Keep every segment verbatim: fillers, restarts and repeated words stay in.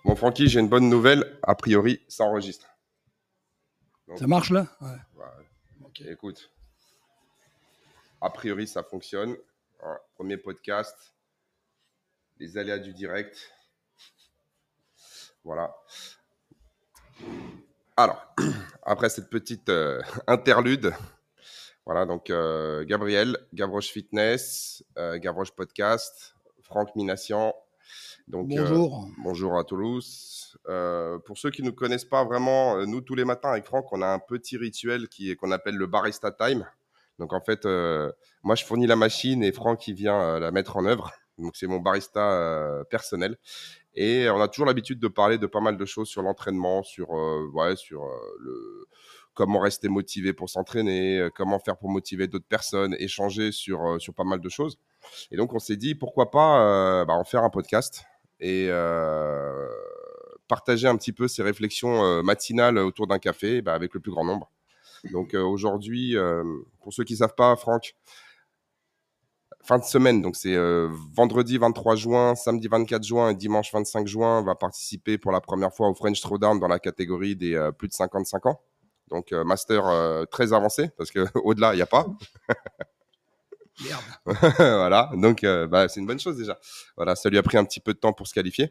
Bon, Francky, j'ai une bonne nouvelle. A priori, ça enregistre. Donc, ça marche là? Ouais. Ouais. Okay. Écoute, a priori, ça fonctionne. Ouais. Premier podcast, les aléas du direct. Voilà. Alors, après cette petite euh, interlude, voilà, donc euh, Gabriel, Gavroche Fitness, euh, Gavroche Podcast, Franck Minassian. Donc, bonjour. Euh, bonjour à Toulouse. Euh, pour ceux qui ne connaissent pas vraiment, nous, tous les matins avec Franck, on a un petit rituel qui est, qu'on appelle le Barista Time. Donc, en fait, euh, moi, je fournis la machine et Franck, il vient euh, la mettre en œuvre. Donc, c'est mon barista euh, personnel. Et on a toujours l'habitude de parler de pas mal de choses sur l'entraînement, sur, euh, ouais, sur euh, le, comment rester motivé pour s'entraîner, euh, comment faire pour motiver d'autres personnes, échanger sur, euh, sur pas mal de choses. Et donc, on s'est dit, pourquoi pas euh, bah, en faire un podcast et euh, partager un petit peu ces réflexions euh, matinales autour d'un café bah, avec le plus grand nombre. Donc, euh, aujourd'hui, euh, pour ceux qui ne savent pas, Franck, fin de semaine, donc c'est euh, vendredi vingt-trois juin, samedi vingt-quatre juin et dimanche vingt-cinq juin, on va participer pour la première fois au French Throwdown dans la catégorie des euh, plus de cinquante-cinq ans. Donc euh, master euh, très avancé parce que au-delà il y a pas. Merde. Voilà, donc euh, bah, c'est une bonne chose déjà. Voilà, ça lui a pris un petit peu de temps pour se qualifier.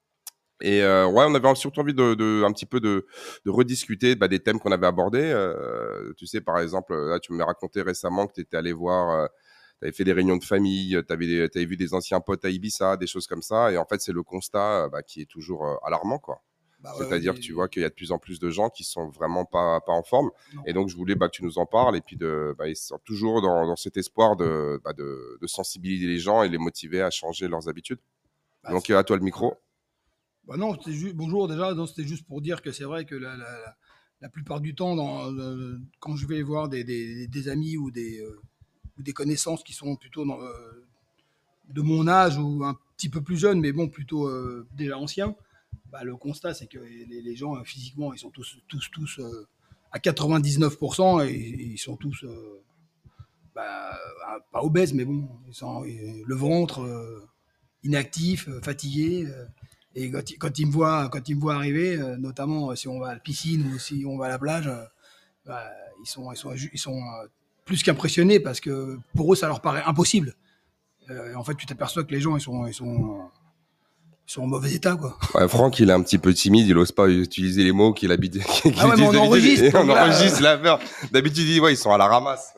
Et euh, ouais, on avait surtout envie de, de un petit peu de, de rediscuter bah, des thèmes qu'on avait abordés. Euh, tu sais, par exemple, là, tu m'as raconté récemment que tu étais allé voir. Euh, tu avais fait des réunions de famille, tu avais, avais vu des anciens potes à Ibiza, des choses comme ça. Et en fait, c'est le constat bah, qui est toujours euh, alarmant, quoi. Bah, C'est-à-dire ouais, que tu vois qu'il y a de plus en plus de gens qui sont vraiment pas, pas en forme. Non. Et donc, je voulais bah, que tu nous en parles et puis de, bah, toujours dans, dans cet espoir de, bah, de, de sensibiliser les gens et les motiver à changer leurs habitudes. Bah, donc, à toi le micro. Bah non, c'était juste, bonjour déjà, non, c'était juste pour dire que c'est vrai que la, la, la plupart du temps, dans, euh, quand je vais voir des, des, des amis ou des, euh, des connaissances qui sont plutôt dans, euh, de mon âge ou un petit peu plus jeunes, mais bon, plutôt euh, déjà anciens, bah, le constat, c'est que les, les gens, euh, physiquement, ils sont tous, tous, tous euh, à quatre-vingt-dix-neuf pour cent et, et ils sont tous, euh, bah, pas obèses, mais bon, ils sont, le ventre, euh, inactif, euh, fatigué. Euh, et quand, quand, ils me voient, quand ils me voient arriver, euh, notamment euh, si on va à la piscine ou si on va à la plage, euh, bah, ils sont, ils sont, ils sont euh, plus qu'impressionnés parce que pour eux, ça leur paraît impossible. Euh, en fait, tu t'aperçois que les gens, ils sont, ils sont, ils sont en mauvais état, quoi. Ouais, Franck, il est un petit peu timide, il n'ose pas utiliser les mots qu'il habite. Qu'il ah ouais, mais on enregistre. On enregistre la peur. D'habitude, il dit, ouais, ils sont à la ramasse.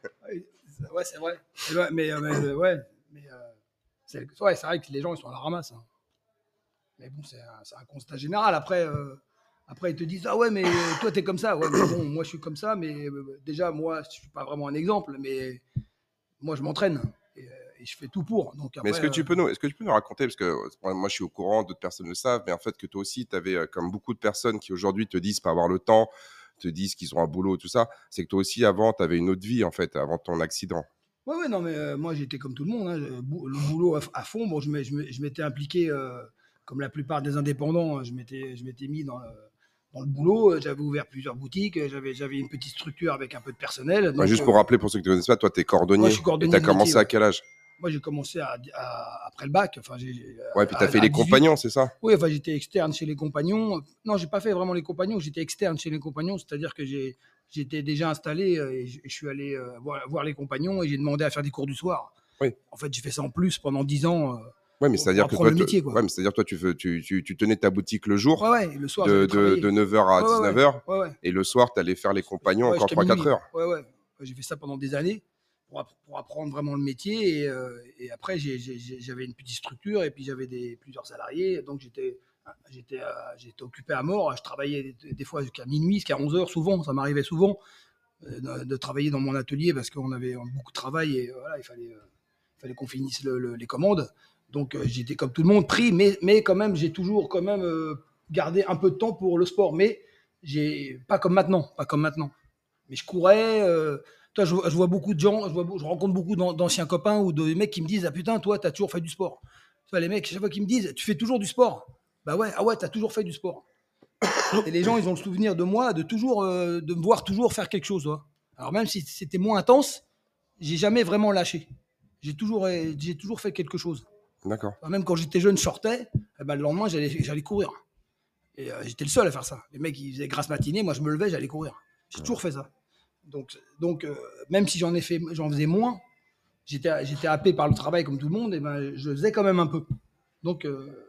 Ouais, c'est vrai. Mais, mais ouais, mais euh, c'est, ouais, c'est vrai que les gens, ils sont à la ramasse. Hein. Mais bon, c'est un, c'est un constat général. Après, euh, après, ils te disent, ah ouais, mais toi, t'es comme ça. Ouais, mais bon, moi, je suis comme ça. Mais euh, déjà, moi, je suis pas vraiment un exemple. Mais moi, je m'entraîne. Et, et je fais tout pour. Donc, après, mais est-ce que, tu peux nous, est-ce que tu peux nous raconter, parce que moi je suis au courant, d'autres personnes le savent, mais en fait que toi aussi, tu avais, comme beaucoup de personnes qui aujourd'hui te disent pas avoir le temps, te disent qu'ils ont un boulot, tout ça, c'est que toi aussi avant, tu avais une autre vie en fait, avant ton accident. Ouais, ouais, non, mais euh, moi j'étais comme tout le monde, hein, le boulot à, à fond. Bon, je, je, je m'étais impliqué, euh, comme la plupart des indépendants, je m'étais, je m'étais mis dans le, dans le boulot. J'avais ouvert plusieurs boutiques, j'avais, j'avais une petite structure avec un peu de personnel. Donc, ouais, juste pour euh, rappeler, pour ceux qui ne connaissent pas, toi, tu es cordonnier. Moi, je suis cordonnier. Et tu as commencé métier, à quel âge? Moi, j'ai commencé à, à, après le bac. Enfin, j'ai, ouais, puis tu as fait les compagnons, c'est ça? Oui, enfin, j'étais externe chez les compagnons. Non, j'ai pas fait vraiment les compagnons, j'étais externe chez les compagnons, c'est-à-dire que j'ai, j'étais déjà installé et je, je suis allé euh, voir, voir les compagnons et j'ai demandé à faire des cours du soir. Oui. En fait, j'ai fait ça en plus pendant dix ans. Euh, ouais, mais c'est-à-dire que toi, le métier, quoi. Ouais, mais c'est-à-dire toi, tu, tu, tu, tu tenais ta boutique le jour, ouais, ouais, le soir, de, de, de neuf heures à ouais, dix-neuf heures, ouais, ouais. et le soir, tu allais faire les compagnons ouais, encore trois quatre heures. Ouais, ouais. J'ai fait ça pendant des années pour, pour apprendre vraiment le métier. Et, euh, et après, j'ai, j'ai, j'avais une petite structure et puis j'avais des, plusieurs salariés. Donc, j'étais, j'étais, euh, j'étais occupé à mort. Je travaillais des, des fois jusqu'à minuit, jusqu'à onze heures, souvent. Ça m'arrivait souvent euh, de, de travailler dans mon atelier parce qu'on avait beaucoup de travail et euh, voilà, il fallait, euh, il fallait qu'on finisse le, le, les commandes. Donc, euh, j'étais comme tout le monde pris, mais, mais quand même, j'ai toujours quand même euh, gardé un peu de temps pour le sport. Mais j'ai pas comme maintenant, pas comme maintenant. Mais je courais. Euh, toi, je, je vois beaucoup de gens, je, vois, je rencontre beaucoup d'anciens copains ou de mecs qui me disent, ah putain, toi, t'as toujours fait du sport. Tu vois, les mecs, chaque fois qu'ils me disent, tu fais toujours du sport. Bah ouais, ah ouais, t'as toujours fait du sport. Et les gens, ils ont le souvenir de moi, de toujours, euh, de me voir toujours faire quelque chose. Ouais. Alors même si c'était moins intense, j'ai jamais vraiment lâché. J'ai toujours, j'ai toujours fait quelque chose. D'accord. Même quand j'étais jeune, je sortais. eh ben, le lendemain, j'allais, j'allais courir. Et euh, j'étais le seul à faire ça. Les mecs, ils faisaient grasse matinée, moi, je me levais, j'allais courir. J'ai toujours fait ça. Donc, donc euh, même si j'en ai fait, j'en faisais moins, j'étais, j'étais happé par le travail comme tout le monde, et ben, je faisais quand même un peu. Donc, euh,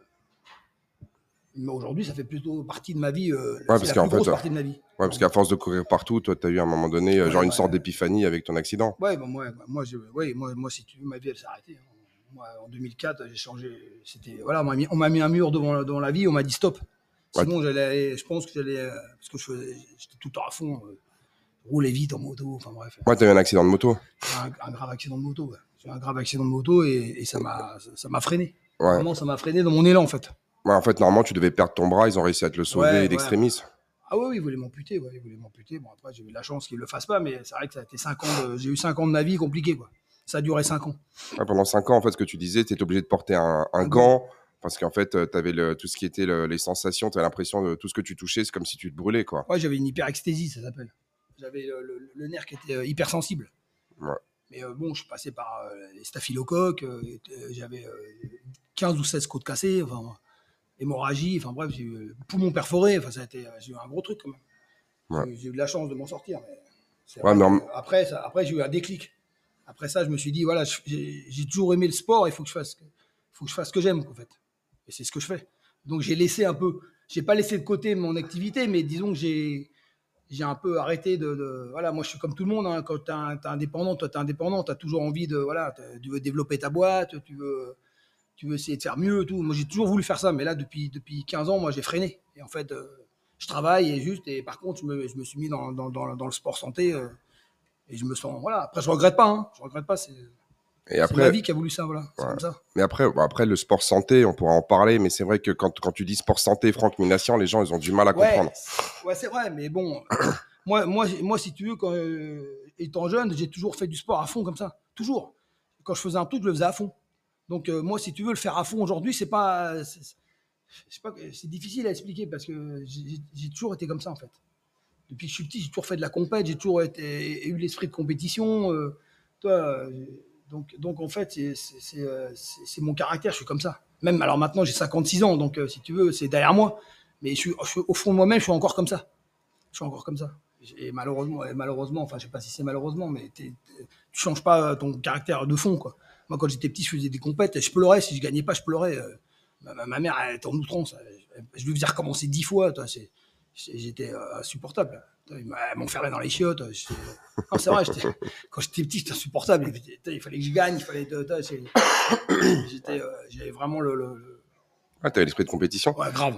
mais aujourd'hui, ça fait plutôt partie de ma vie. Euh, Ouais, c'est parce la qu'en plus grosse fait, euh, partie de ma vie. ouais, parce qu'à force de courir partout, toi, tu as eu à un moment donné, euh, Ouais, genre une ouais, sorte ouais. d'épiphanie avec ton accident. Ouais, bah, moi, bah, moi, je, ouais, moi, moi, si tu veux, ma vie, elle s'est arrêtée. Hein. Moi, en deux mille quatre, j'ai changé. C'était, voilà, on m'a mis, on m'a mis un mur devant, la- devant la vie, on m'a dit stop. Ouais, Sinon, j'allais, je pense que j'allais, euh, parce que je faisais, j'étais tout le temps à fond, euh, rouler vite en moto, enfin bref. ouais, tu as eu un accident de moto. J'ai un, un grave accident de moto. Ouais. J'ai eu un grave accident de moto et, et ça m'a, ça, ça m'a freiné. Ouais. Vraiment, ça m'a freiné dans mon élan, en fait. Ouais, en fait, normalement, tu devais perdre ton bras, ils ont réussi à te le sauver Ouais, ouais. d'extrémis. Ah oui, oui, ils voulaient m'amputer, ouais, ils voulaient m'amputer. Bon, après, j'ai eu de la chance qu'ils ne le fassent pas, mais c'est vrai que ça a été cinq ans de, j'ai eu cinq ans de ma vie compliqués, quoi. Ça a duré cinq ans. Ouais, pendant cinq ans, en fait, ce que tu disais, tu étais obligé de porter un, un Un gant, gant. parce qu'en fait, tu avais le, tout ce qui était le- les sensations, tu avais l'impression de tout ce que tu touchais, c'est comme si tu te brûlais, quoi. Ouais, j'avais une hyperextésie, ça s'appelle. J'avais le, le- le nerf qui était euh, hypersensible. Ouais. Mais euh, bon, je suis passé par euh, les staphylocoques, euh, et, euh, j'avais euh, quinze ou seize côtes cassées, enfin, hémorragie, enfin bref, j'ai eu le poumon perforé, enfin, ça a été, euh, j'ai eu un gros truc quand même. Ouais. J'ai, j'ai eu de la chance de m'en sortir. Mais c'est Ouais, vrai mais que en- après, ça, après, j'ai eu un déclic. Après ça, je me suis dit, voilà, je- j'ai, j'ai toujours aimé le sport, il faut que je fasse, faut que je fasse ce que j'aime, en fait. Et c'est ce que je fais. Donc j'ai laissé un peu, j'ai pas laissé de côté mon activité, mais disons que j'ai, j'ai un peu arrêté de, de- voilà, moi je suis comme tout le monde, hein, quand tu es indépendant, toi tu es indépendant, tu as toujours envie de, voilà, tu veux développer ta boîte, tu veux, tu veux essayer de faire mieux, tout. Moi j'ai toujours voulu faire ça, mais là depuis, depuis quinze ans, moi j'ai freiné. Et en fait, euh, je travaille et juste, et par contre, je me, je me suis mis dans, dans, dans, dans le sport santé, euh, et je me sens, voilà, après je regrette pas, hein, je regrette pas, c'est, Et c'est ma après, vie qui a voulu ça, voilà, c'est ouais. comme ça. Mais après, bon, après, le sport santé, on pourra en parler, mais c'est vrai que quand, quand tu dis sport santé, Franck Minassian, les gens, ils ont du mal à Ouais, comprendre. c'est- ouais, c'est vrai, mais bon, moi, moi, moi, si tu veux, quand, euh, étant jeune, j'ai toujours fait du sport à fond comme ça, toujours. Quand je faisais un truc, je le faisais à fond. Donc euh, moi, si tu veux le faire à fond aujourd'hui, c'est pas, c'est, je sais pas, c'est difficile à expliquer parce que j'ai, j'ai toujours été comme ça en fait. Depuis que je suis petit, j'ai toujours fait de la compète, j'ai toujours été, eu l'esprit de compétition. Euh, toi, euh, donc, donc en fait, c'est, c'est, c'est, euh, c'est- c'est mon caractère, je suis comme ça. Même alors maintenant, j'ai cinquante-six ans, donc euh, si tu veux, c'est derrière moi. Mais je suis, je suis- au fond de moi-même, je suis encore comme ça. Je suis encore comme ça. Et malheureusement, et malheureusement, enfin, je sais pas si c'est malheureusement, mais t'es- t'es- tu changes pas ton caractère de fond, quoi. Moi, quand j'étais petit, je faisais des compètes, et je pleurais. Si je gagnais pas, je pleurais. Euh, Ma, ma- ma mère, elle était en outrance. Elle- Je lui faisais recommencer dix fois. Toi, c'est- c'est- j'étais euh, insupportable. Toi, ils m'a- Elle m'enfermait dans les chiottes. j'étais- Non, c'est vrai. j'étais- Quand j'étais petit, j'étais insupportable. Il fallait- il fallait que je gagne. Il fallait. toi, c'est- J'étais, euh, j'avais vraiment le, le- le- Ah, tu avais l'esprit de compétition. ouais, grave.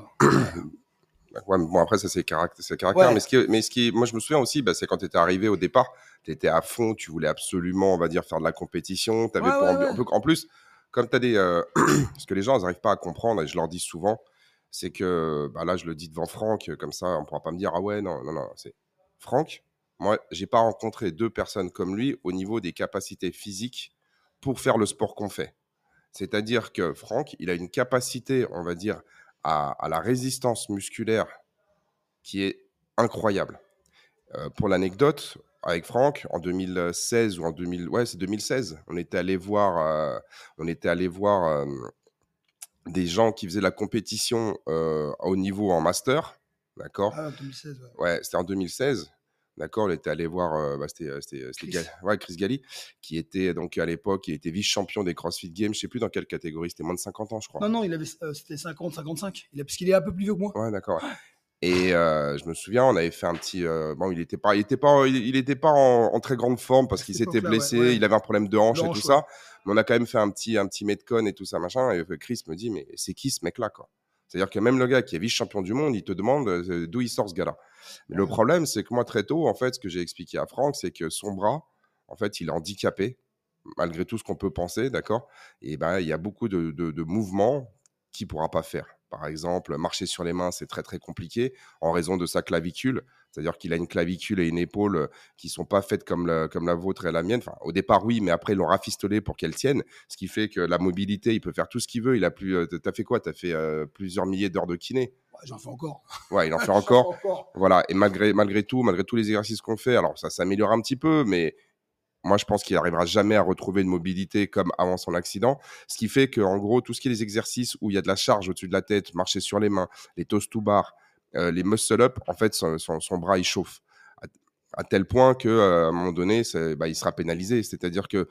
Ouais, mais bon, après, ça, c'est caractère. C'est caractère. Ouais. Mais, ce qui, est- mais ce qui, est- moi, je me souviens aussi, bah, c'est quand tu étais arrivé au départ, tu étais à fond, tu voulais absolument, on va dire, faire de la compétition. T'avais Ouais, pour ouais, ambi- ouais. un peu- En plus, comme tu as des. euh, ce que les gens n'arrivent pas à comprendre, et je leur dis souvent, c'est que, bah, là, je le dis devant Franck, euh, comme ça, on ne pourra pas me dire, ah ouais, non, non, non. C'est Franck, moi, j'ai pas rencontré deux personnes comme lui au niveau des capacités physiques pour faire le sport qu'on fait. C'est-à-dire que Franck, il a une capacité, on va dire, à, à la résistance musculaire qui est incroyable. Euh, pour l'anecdote, avec Franck, en deux mille seize ou en deux mille, ouais, c'est deux mille seize, on était allé voir, euh, on était allé voir euh, des gens qui faisaient la compétition euh, au niveau en master, d'accord. Ah, deux mille seize, ouais. Ouais, c'était en deux mille seize. D'accord, on était allé voir, euh, bah, c'était, c'était, c'était Chris. Ga- ouais, Chris Gali, qui était donc à l'époque, qui était vice-champion des CrossFit Games. Je sais plus dans quelle catégorie, c'était moins de cinquante ans, je crois. Non, non, il avait, euh, c'était cinquante, cinquante-cinq. Il a, parce qu'il est un peu plus vieux que moi. Ouais, d'accord. Ouais. Et euh, je me souviens, on avait fait un petit. Euh, bon, il n'était pas, il était pas, il, il était pas en, en très grande forme parce À qu'il cette s'était époque-là, ouais, blessé, ouais. il avait un problème de hanche De et hanche, tout ouais. ça. Mais on a quand même fait un petit, un petit metcon et tout ça machin. Et Chris me dit, mais c'est qui ce mec-là, quoi? C'est-à-dire que même le gars qui est vice-champion du monde, il te demande euh, d'où il sort ce gars-là. Mais le Ouais. problème, c'est que moi très tôt, en fait, ce que j'ai expliqué à Franck, c'est que son bras, en fait, il est handicapé malgré tout ce qu'on peut penser, d'accord. Et ben, il y a beaucoup de, de, de mouvements qu'il pourra pas faire. Par exemple, marcher sur les mains, c'est très très compliqué en raison de sa clavicule. C'est-à-dire qu'il a une clavicule et une épaule qui sont pas faites comme la, comme la vôtre et la mienne. Enfin, au départ, oui, mais après, ils l'ont rafistolé pour qu'elle tienne. Ce qui fait que la mobilité, il peut faire tout ce qu'il veut. Il a plus. Euh, t'as fait quoi? T'as fait euh, plusieurs milliers d'heures de kiné. Ouais, j'en fais encore. Ouais, il en fait J'en encore. fais encore. Voilà. Et malgré, malgré tout, malgré tous les exercices qu'on fait, alors ça s'améliore un petit peu, mais moi, je pense qu'il n'arrivera jamais à retrouver une mobilité comme avant son accident. Ce qui fait qu'en gros, tout ce qui est les exercices où il y a de la charge au-dessus de la tête, marcher sur les mains, les toast to bar, euh, les muscle-up, en fait, son, son, son bras, il chauffe. À, à tel point qu'à un moment donné, bah, il sera pénalisé. C'est-à-dire que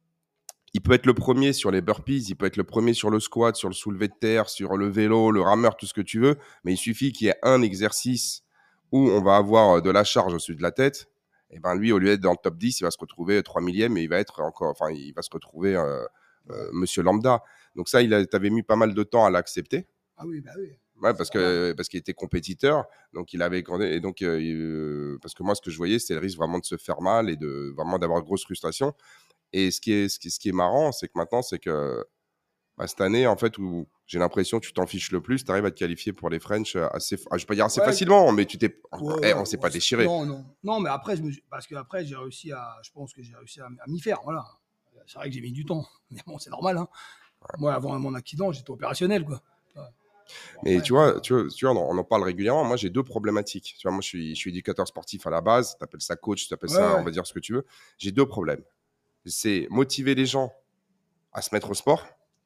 il peut être le premier sur les burpees, il peut être le premier sur le squat, sur le soulevé de terre, sur le vélo, le rameur, tout ce que tu veux. Mais il suffit qu'il y ait un exercice où on va avoir de la charge au-dessus de la tête. Et ben lui, au lieu d'être dans le top dix, il va se retrouver trois millième et il va être encore, enfin, il va se retrouver euh, euh, Monsieur Lambda. Donc ça, il avait mis pas mal de temps à l'accepter. Ah oui, bah oui. Ouais, parce que parce qu'il était compétiteur, donc il avait et donc euh, parce que moi, ce que je voyais, c'était le risque vraiment de se faire mal et de vraiment d'avoir de grosses frustrations. Et ce qui est, ce qui, ce qui est marrant, c'est que maintenant, c'est que bah, cette année, en fait, où j'ai l'impression que tu t'en fiches le plus, tu arrives à te qualifier pour les French assez, ah, je vais pas dire assez Ouais. facilement, mais tu t'es, Ouais, eh, ouais, on s'est ouais, pas déchiré. Non, non, non, mais après, je me... parce que après, j'ai réussi à, je pense que j'ai réussi à, à m'y faire, voilà. C'est vrai que j'ai mis du temps, mais bon, c'est normal, hein. Ouais. Moi, avant mon accident, j'étais opérationnel, quoi. Ouais. Bon, mais après, tu vois, tu vois, tu vois, on en parle régulièrement. Moi, j'ai deux problématiques. Tu vois, moi, je suis, je suis éducateur sportif à la base. Tu appelles ça coach, tu appelles ouais, ça, ouais. on va dire ce que tu veux. J'ai deux problèmes. C'est motiver les gens à se mettre au sport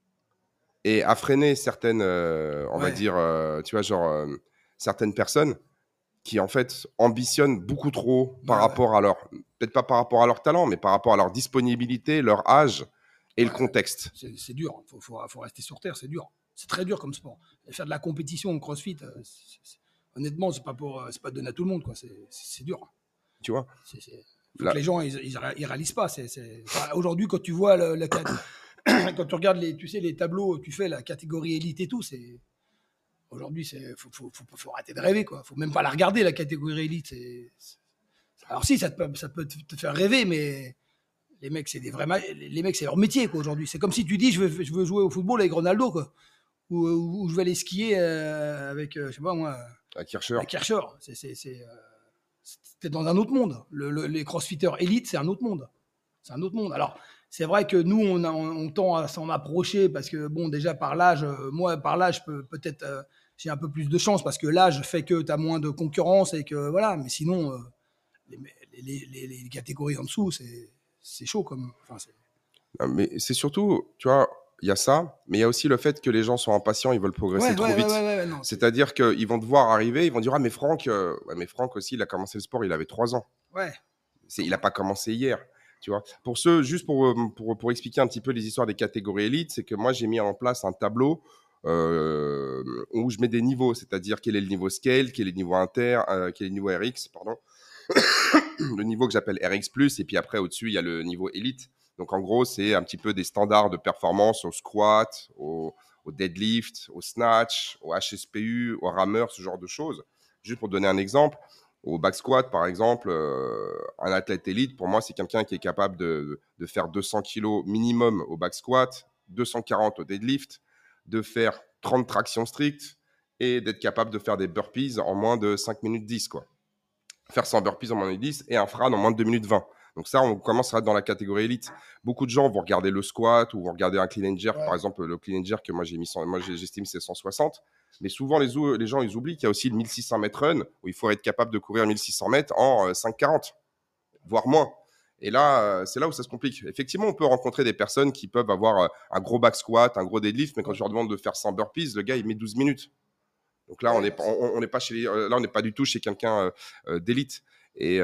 et à freiner certaines, euh, on ouais. va dire, euh, tu vois, genre, euh, certaines personnes qui, en fait, ambitionnent beaucoup trop par ouais, rapport ouais. à leur, peut-être pas par rapport à leur talent, mais par rapport à leur disponibilité, leur âge et ouais, le contexte. C'est, c'est dur. Il faut, faut, faut rester sur terre, c'est dur. C'est très dur comme sport. Et faire de la compétition en crossfit, euh, c'est, c'est, honnêtement, c'est pas pour, c'est pas donné à tout le monde, quoi. C'est, c'est, c'est dur. Tu vois. C'est, c'est... Faut Là. que les gens, ils, ils, ils réalisent pas. C'est, c'est... Enfin, aujourd'hui, quand tu vois le, le quand tu regardes les, tu sais, les tableaux, tu fais la catégorie élite et tout, c'est aujourd'hui, c'est faut, faut, faut, faut arrêter de rêver, quoi. Faut même pas la regarder, la catégorie élite. C'est, c'est... Alors si, ça peut, ça peut te faire rêver, mais les mecs, c'est des vrais, ma... les mecs, c'est leur métier, quoi. Aujourd'hui, c'est comme si tu dis, je veux, je veux jouer au football avec Ronaldo, quoi, ou, ou, ou je vais aller skier euh, avec, euh, je sais pas moi, à Kircher. À Kircher. C'est, c'est, c'est, euh... C'était dans un autre monde. Le, le, les crossfitters élites, c'est un autre monde. C'est un autre monde. Alors, c'est vrai que nous, on, a, on, on tend à s'en approcher parce que, bon, déjà par l'âge, euh, moi, par l'âge, peut, peut-être, euh, j'ai un peu plus de chance parce que l'âge fait que tu as moins de concurrence et que, voilà. Mais sinon, euh, les, les, les, les, catégories en dessous, c'est, c'est chaud comme. Enfin, c'est... Non, mais c'est surtout, tu vois, il y a ça, mais il y a aussi le fait que les gens sont impatients, ils veulent progresser ouais, trop ouais, vite. Ouais, ouais, ouais, non, C'est-à-dire c'est... qu'ils vont te voir arriver, ils vont dire ah mais Franck, euh... ouais, mais Franck aussi, il a commencé le sport, il avait trois ans. Ouais. C'est, il n'a pas commencé hier. Tu vois. Pour ceux, juste pour, pour, pour expliquer un petit peu les histoires des catégories élites, c'est que moi j'ai mis en place un tableau euh, où je mets des niveaux, c'est-à-dire quel est le niveau scale, quel est le niveau inter, euh, quel est le niveau R X, pardon. Le niveau que j'appelle R X plus, et puis après au-dessus il y a le niveau élite. Donc en gros c'est un petit peu des standards de performance au squat, au, au deadlift, au snatch, au H S P U, au rameur, ce genre de choses. Juste pour donner un exemple, au back squat par exemple, euh, un athlète élite pour moi c'est quelqu'un qui est capable de, de faire deux cents kilos minimum au back squat, deux cent quarante au deadlift, de faire trente tractions strictes et d'être capable de faire des burpees en moins de cinq minutes dix quoi. Faire cent burpees en moins de dix et un frad en moins de deux minutes vingt. Donc ça, on commence à être dans la catégorie élite. Beaucoup de gens vont regarder le squat ou vont regarder un clean and jerk. Ouais. Par exemple, le clean and jerk que moi, j'ai mis cent, moi j'estime c'est cent soixante. Mais souvent, les, les gens, ils oublient qu'il y a aussi le mille six cents mètres run où il faut être capable de courir mille six cents mètres en cinq quarante, voire moins. Et là, c'est là où ça se complique. Effectivement, on peut rencontrer des personnes qui peuvent avoir un gros back squat, un gros deadlift, mais quand je leur demande de faire cent burpees, le gars, il met douze minutes. Donc là, on n'est on, on pas chez les, là, on n'est pas du tout chez quelqu'un euh, d'élite. Et,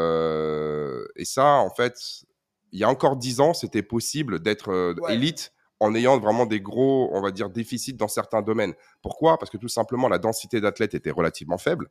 euh, et ça, en fait, il y a encore dix ans, c'était possible d'être euh, ouais. élite en ayant vraiment des gros, on va dire, déficits dans certains domaines. Pourquoi ? Parce que tout simplement, la densité d'athlètes était relativement faible.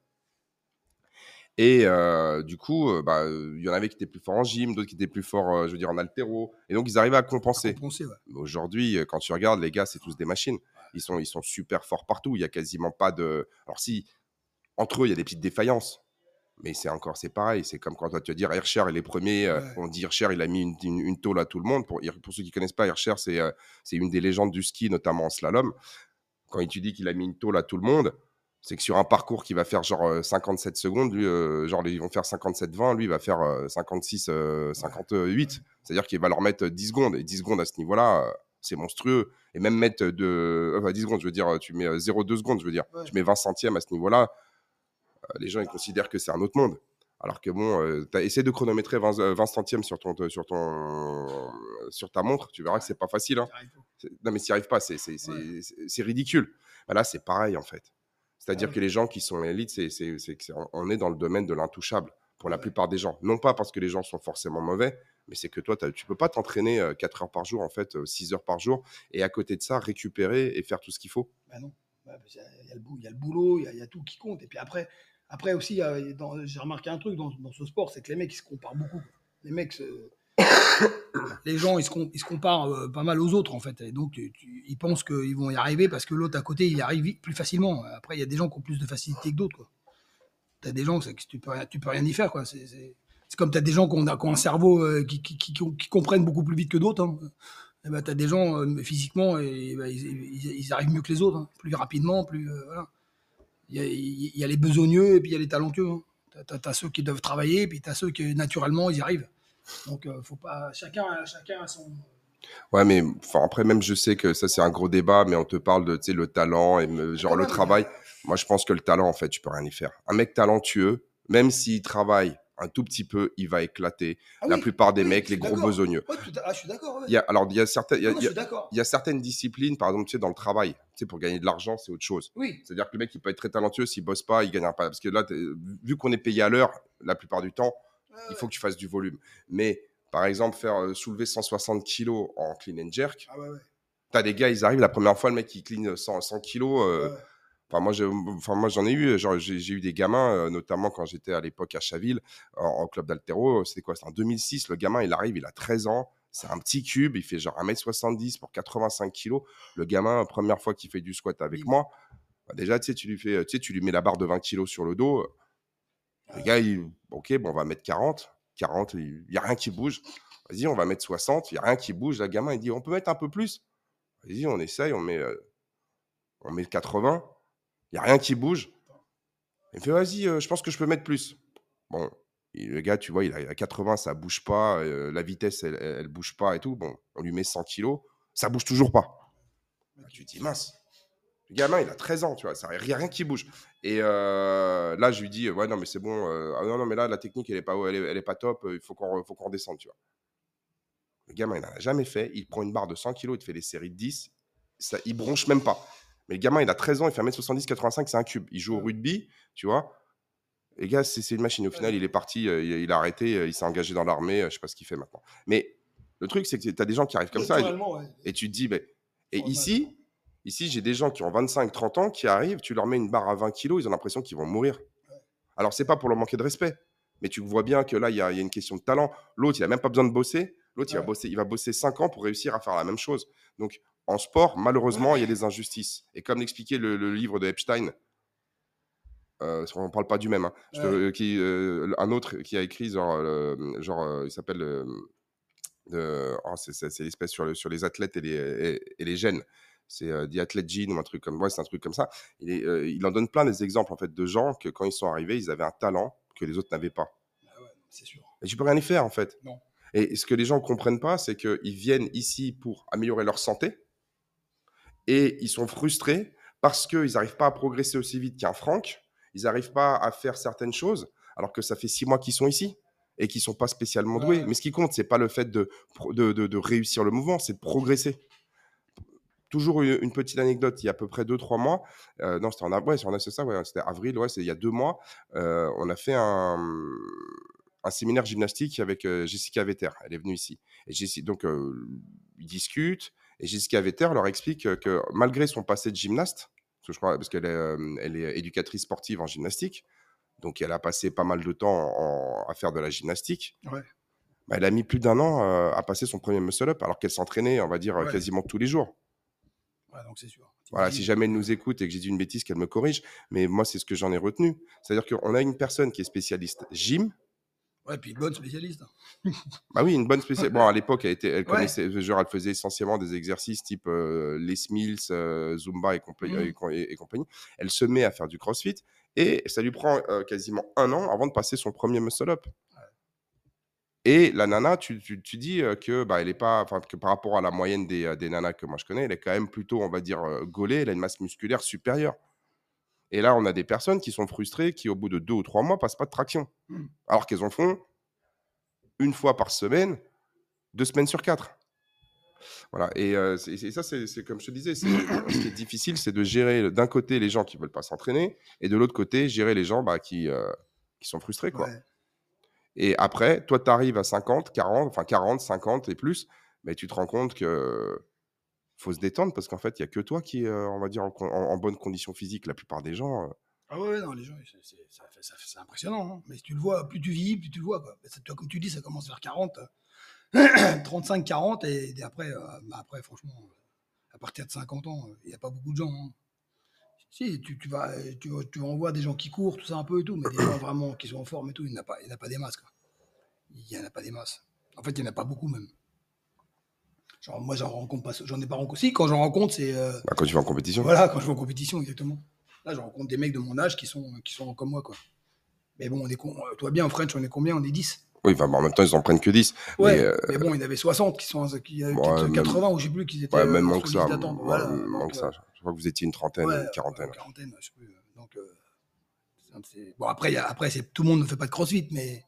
Et euh, du coup, euh, bah, il y en avait qui étaient plus forts en gym, d'autres qui étaient plus forts, euh, je veux dire, en haltéro. Et donc, ils arrivaient à compenser. À compenser ouais. Mais aujourd'hui, quand tu regardes, les gars, c'est tous des machines. Ils sont, ils sont super forts partout. Il n'y a quasiment pas de... Alors si, entre eux, il y a des petites défaillances. Mais c'est encore, c'est pareil. C'est comme quand toi, tu vas dire Hirscher, il est premier. Ouais. Euh, on dit Hirscher, il a mis une, une, une tôle à tout le monde. Pour, pour ceux qui ne connaissent pas, Hirscher, c'est, euh, c'est une des légendes du ski, notamment en slalom. Quand il te dit qu'il a mis une tôle à tout le monde, c'est que sur un parcours qui va faire genre euh, cinquante-sept secondes, lui, euh, genre ils vont faire cinquante-sept vingt, lui, il va faire euh, cinquante-six cinquante-huit. Ouais. C'est-à-dire qu'il va leur mettre dix secondes. Et dix secondes à ce niveau-là, euh, c'est monstrueux. Et même mettre de... Enfin, dix secondes, je veux dire, tu mets zéro virgule deux secondes, je veux dire. Ouais. Tu mets vingt centièmes à ce niveau-là. Les gens, ils considèrent que c'est un autre monde. Alors que bon, euh, t'as essayé de chronométrer vingt, euh, vingt centièmes sur, ton, sur, ton, sur ta montre, tu verras Ouais, que c'est pas facile. Hein. j'y arrive pas. C'est- Non, mais s'y arrives pas, c'est c'est- Ouais. c'est- c'est- c'est ridicule. Bah là, c'est pareil en fait. Ah C'est-à-dire ouais. que les gens qui sont élites, c'est, c'est, c'est, que c'est- on on est dans le domaine de l'intouchable pour la Ouais. plupart des gens. Non pas parce que les gens sont forcément mauvais, mais c'est que toi, t'as- tu peux pas t'entraîner euh, quatre heures par jour, en fait, euh, six heures par jour, et à côté de ça, récupérer et faire tout ce qu'il faut. Bah non. Ouais, parce qu'il y a- il y, a le bou- il y a le boulot, il y a, il y a tout qui compte. Et puis après, après aussi, euh, dans- j'ai remarqué un truc dans, dans ce sport, c'est que les mecs ils se comparent beaucoup. Les mecs, se- les gens, ils se, com- ils se comparent euh, pas mal aux autres en fait. Et donc, tu- tu- ils pensent qu'ils vont y arriver parce que l'autre à côté, il y arrive vite- plus facilement. Après, il y a des gens qui ont plus de facilité que d'autres, quoi. T'as des gens, c'est que tu peux, rien- tu peux rien y faire, quoi. C'est c'est- c'est comme t'as des gens qui ont, qui ont un cerveau euh, qui, qui, qui- qui comprennent beaucoup plus vite que d'autres, hein. Et ben, t'as des gens euh, physiquement, et, ben, ils, ils- ils arrivent mieux que les autres, hein. Plus rapidement, plus euh, voilà. Il y, a, il y a les besogneux et puis il y a les talentueux, hein. T'as, t'as- t'as ceux qui doivent travailler, puis t'as ceux qui naturellement ils y arrivent. Donc euh, faut pas, chacun, chacun a son. Ouais, mais enfin, après, même, je sais que ça, c'est un gros débat, mais on te parle de, tu sais, le talent et me- Mais genre quand le même, il y a- travail. Moi, je pense que le talent, en fait, tu peux rien y faire. Un mec talentueux, même s'il travaille un tout petit peu, il va éclater. Ah La oui, plupart des oui, mecs, je les suis gros d'accord. besogneux. Ouais, tout à- ah, je suis d'accord. Ouais. Il y a, alors, il y a certaines, il y a, Non, non, il je y a- suis d'accord. il y a certaines disciplines, par exemple, tu sais, dans le travail, tu sais, pour gagner de l'argent, c'est autre chose. Oui. C'est-à-dire que le mec, il peut être très talentueux, s'il bosse pas, il gagnera pas. Parce que là, t'es- vu qu'on est payé à l'heure, la plupart du temps, Ouais, il faut ouais. que tu fasses du volume. Mais, par exemple, faire euh, soulever cent soixante kilos en clean and jerk, Ah ouais, ouais. t'as des gars, ils arrivent, la première fois, le mec, il clean cent, cent kilos. Ouais, euh, ouais. Enfin, moi, j'ai, enfin, moi, j'en ai eu. Genre, j'ai, j'ai eu des gamins, euh, notamment quand j'étais à l'époque à Chaville, en, en club d'haltéro. C'était quoi? C'était en deux mille six. Le gamin, il arrive, il a treize ans. C'est un petit cube. Il fait genre un mètre soixante-dix pour quatre-vingt-cinq kilos. Le gamin, première fois qu'il fait du squat avec Bim. moi, bah, déjà, tu sais, tu lui fais, tu sais, tu lui mets la barre de vingt kilos sur le dos. Le Ouais. gars, il, ok, bon, on va mettre quarante. quarante, il n'y a rien qui bouge. Vas-y, on va mettre soixante. Il n'y a rien qui bouge. Le gamin, il dit, on peut mettre un peu plus. Vas-y, on essaye. On met, euh, on met quatre-vingts. Il n'y a rien qui bouge. Il fait, vas-y, euh, je pense que je peux mettre plus. Bon, et le gars, tu vois, il a, il a quatre-vingts, ça bouge pas, euh, la vitesse, elle, elle, elle bouge pas et tout. Bon, on lui met cent kilos, ça bouge toujours pas. Bah, tu te dis, mince, le gamin, il a treize ans, tu vois, il n'y a rien qui bouge. Et euh, là, je lui dis, ouais, non, mais c'est bon, euh, ah, non, non, mais là, la technique, elle est pas, elle est, elle est pas top, il faut qu'on faut qu'on redescende, tu vois. Le gamin, il n'en a jamais fait, il prend une barre de cent kilos, il te fait des séries de dix, ça, il bronche même pas. Mais le gamin, il a treize ans, il fait un mètre soixante-dix, quatre-vingt-cinq, c'est un cube. Il joue au rugby, tu vois. Les gars, c'est c'est une machine. Au final, il est parti, euh, il, il a arrêté, euh, il s'est engagé dans l'armée, euh, je sais pas ce qu'il fait maintenant. Mais le truc, c'est que tu as des gens qui arrivent comme ça et, Naturellement, ouais. et tu te dis, mais, et Faut un ici, ici j'ai des gens qui ont vingt-cinq, trente ans qui arrivent, tu leur mets une barre à vingt kilos, ils ont l'impression qu'ils vont mourir. Alors, c'est pas pour leur manquer de respect, mais tu vois bien que là, il y, a il y a une question de talent. L'autre, il a même pas besoin de bosser. L'autre, il, va Ouais. bosser, il va bosser cinq ans pour réussir à faire la même chose. Donc, en sport, malheureusement, il y a des injustices. Et comme l'expliquait le, le livre de Epstein, euh, on ne parle pas du même, hein. Je te- Ouais. euh, qui, euh, un autre qui a écrit, genre, euh, genre euh, il s'appelle, euh, de- oh, c'est c'est- c'est l'espèce sur, le- sur les athlètes et les, et, et les gènes. C'est euh, The Athlete Gene ou un truc comme, ouais, c'est un truc comme ça. Il, est, euh, il en donne plein des exemples en fait de gens que quand ils sont arrivés, ils avaient un talent que les autres n'avaient pas. Ah ouais, c'est sûr. Et tu peux rien y faire en fait. Non. Et ce que les gens ne comprennent pas, c'est qu'ils viennent ici pour améliorer leur santé et ils sont frustrés parce qu'ils n'arrivent pas à progresser aussi vite qu'un Franck, ils n'arrivent pas à faire certaines choses alors que ça fait six mois qu'ils sont ici et qu'ils ne sont pas spécialement doués. Ouais. Mais ce qui compte, c'est pas le fait de, pro- de, de- de réussir le mouvement, c'est de progresser. Toujours une, une petite anecdote, il y a à peu près deux trois mois, euh, non, c'était en av- ouais, c'est en- c'est ça, ouais, c'était avril, ouais, c'est il y a deux mois, euh, on a fait un, un séminaire gymnastique avec euh, Jessica Vetter. Elle est venue ici. Et Jessi- donc, euh, ils discutent. Et Jessica Vetter leur explique euh, que malgré son passé de gymnaste, parce, que je crois, parce qu'elle est, euh, elle est éducatrice sportive en gymnastique, donc elle a passé pas mal de temps en- à faire de la gymnastique, Ouais. bah, elle a mis plus d'un an euh, à passer son premier muscle-up, alors qu'elle s'entraînait, on va dire, euh, Ouais. quasiment tous les jours. Ouais, donc c'est sûr. Voilà, T'imagines. si jamais elle nous écoute et que j'ai dit une bêtise, qu'elle me corrige. Mais moi, c'est ce que j'en ai retenu. C'est-à-dire qu'on a une personne qui est spécialiste gym. Ouais, puis bonne spécialiste. Bah oui, une bonne spécialiste. Bon, à l'époque, elle, était, elle Ouais. connaissait, genre, elle faisait essentiellement des exercices type euh, les Mills, euh, Zumba et, compl- Mhm. et co- et- et compagnie. Elle se met à faire du CrossFit et ça lui prend euh, quasiment un an avant de passer son premier muscle-up. Et la nana, tu, tu, tu dis euh, que, bah, elle est pas, enfin, que par rapport à la moyenne des, euh, des nanas que moi je connais, elle est quand même plutôt, on va dire, euh, gaulée, elle a une masse musculaire supérieure. Et là, on a des personnes qui sont frustrées, qui au bout de deux ou trois mois passent pas de traction, Mmh. alors qu'elles en font une fois par semaine, deux semaines sur quatre. Voilà. Et, euh, c'est- et ça, c'est c'est comme je te disais, c'est, ce qui est difficile, c'est de gérer d'un côté les gens qui veulent pas s'entraîner et de l'autre côté, gérer les gens bah, qui, euh, qui sont frustrés, quoi. Ouais. Et après, toi, tu arrives à cinquante, quarante, enfin quarante, cinquante et plus, mais tu te rends compte que faut se détendre parce qu'en fait, il y a que toi qui est, euh, on va dire, en, con- en- en bonne condition physique. La plupart des gens, euh, Ah ouais, ouais, non, les gens, c'est c'est- ça fait- ça fait- c'est impressionnant, hein. Mais si tu le vois, plus tu vieillis, plus tu le vois, quoi. Mais ça, toi, comme tu dis, ça commence vers quarante, trente-cinq, quarante, et, et après, euh, bah après, franchement, à partir de cinquante ans, il n'y a pas beaucoup de gens, hein. Si, tu, tu vas, tu, tu en vois des gens qui courent, tout ça un peu et tout, mais des gens vraiment qui sont en forme et tout, il n'y en a pas, il n'y en a pas des masses, quoi. Il n'y en a pas des masses. En fait, il n'y en a pas beaucoup, même. Genre, moi, j'en rencontre pas, j'en ai pas rencontré. Si, quand j'en rencontre, c'est, euh, bah, quand tu vas en compétition. voilà, quand je vais en compétition, exactement. Là, je rencontre des mecs de mon âge qui sont, qui sont comme moi, quoi. Mais bon, on est con, toi bien, en French, on est combien? On est dix. Oui, enfin, bah, en même temps, ils en prennent que dix. Mais Ouais, euh, mais bon, il y en avait soixante qui sont, qui, euh, ouais, peut-être même, quatre-vingts, ou je sais plus, qui étaient ouais, même euh, moins sur que liste ça. d'attente. Moins, Voilà, moins donc, que euh, ça. Je crois que vous étiez une trentaine ouais, ou une quarantaine. ouais, quarantaine, je sais plus. Donc, euh, c'est- bon, après, y a, après c'est, tout le monde ne fait pas de crossfit, mais,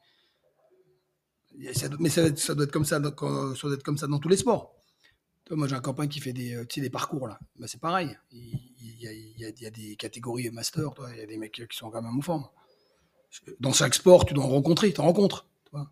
y a- ça, doit- mais ça, doit être- ça doit être comme ça, dans- quand- ça doit être comme ça dans tous les sports. Toi, moi, j'ai un copain qui fait des, euh, tu sais, des parcours, là. Bah, c'est pareil. Il, il y a, il y a- il y a des catégories master, toi. Il y a des mecs qui sont quand même en forme. Dans chaque sport, tu dois en rencontrer, tu en rencontres. Tu vois.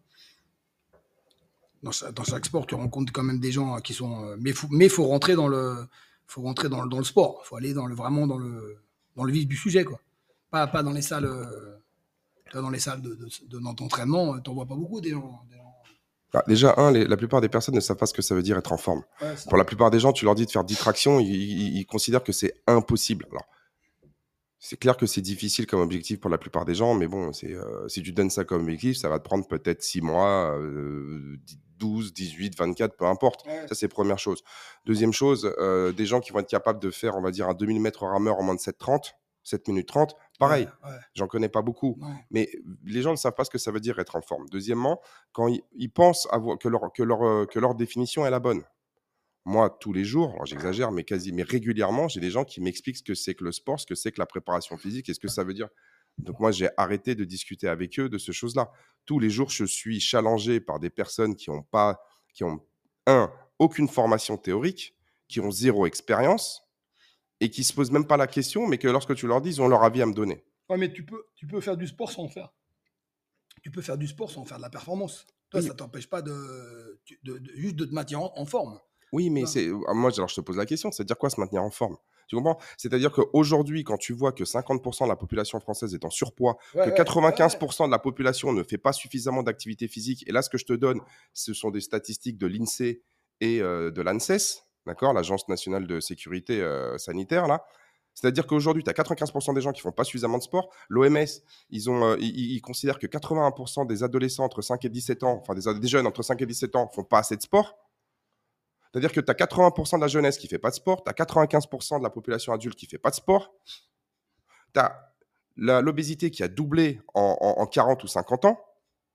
Dans, cha- dans chaque sport, tu rencontres quand même des gens euh, qui sont. euh, Mais faut, mais faut rentrer dans le, faut rentrer dans le, dans le sport. Faut aller dans le, vraiment dans le, dans le vif du sujet, quoi. Pas, pas dans les salles, euh, tu vois, dans les salles de, de, de- d'entraînement. euh, T'en vois pas beaucoup des gens. Des gens- Bah, déjà, un, les- la plupart des personnes ne savent pas ce que ça veut dire être en forme. Ouais, ça. Pour la plupart des gens, tu leur dis de faire dix tractions, ils, ils- ils considèrent que c'est impossible. Alors, c'est clair que c'est difficile comme objectif pour la plupart des gens, mais bon, c'est, euh, si tu donnes ça comme objectif, ça va te prendre peut-être six mois, euh, douze, dix-huit, vingt-quatre, peu importe. Ouais. Ça, c'est première chose. Deuxième chose, euh, des gens qui vont être capables de faire, on va dire, un deux mille mètres rameur en moins de sept trente, sept minutes trente, Ouais, pareil. ouais. J'en connais pas beaucoup. Non. Mais les gens ne savent pas ce que ça veut dire être en forme. Deuxièmement, quand ils, ils pensent avoir, que, leur, que, leur, euh, que leur définition est la bonne. Moi, tous les jours, alors j'exagère, mais quasi, mais régulièrement, j'ai des gens qui m'expliquent ce que c'est que le sport, ce que c'est que la préparation physique et ce que ça veut dire. Donc moi, j'ai arrêté de discuter avec eux de ce chose-là. Tous les jours, je suis challengé par des personnes qui ont pas, qui ont un, aucune formation théorique, qui ont zéro expérience et qui se posent même pas la question, mais que lorsque tu leur dis, ils ont leur avis à me donner. Ouais, mais tu peux, tu peux faire du sport sans en faire. Tu peux faire du sport sans faire de la performance. Toi, Oui, ça t'empêche pas de, de, de- juste de te maintenir en, en forme. Oui, Tu mais vois. c'est ah, moi, alors je te pose la question, c'est-à-dire quoi se maintenir en forme? Tu comprends? C'est-à-dire qu'aujourd'hui, quand tu vois que cinquante pour cent de la population française est en surpoids, Ouais, que ouais, quatre-vingt-quinze ouais. pour cent de la population ne fait pas suffisamment d'activité physique, et là, ce que je te donne, ce sont des statistiques de l'INSEE et euh, de l'ANSES, d'accord, l'Agence nationale de sécurité euh, sanitaire, là. C'est-à-dire qu'aujourd'hui, tu as quatre-vingt-quinze pour cent des gens qui font pas suffisamment de sport. L'O M S, ils, ont, euh, ils, ils considèrent que quatre-vingt-un pour cent des adolescents entre cinq et dix-sept ans, enfin des, des jeunes entre cinq et dix-sept ans, font pas assez de sport. C'est-à-dire que tu as quatre-vingts pour cent de la jeunesse qui ne fait pas de sport, tu as quatre-vingt-quinze pour cent de la population adulte qui ne fait pas de sport, tu as l'obésité qui a doublé en, en, en quarante ou cinquante ans.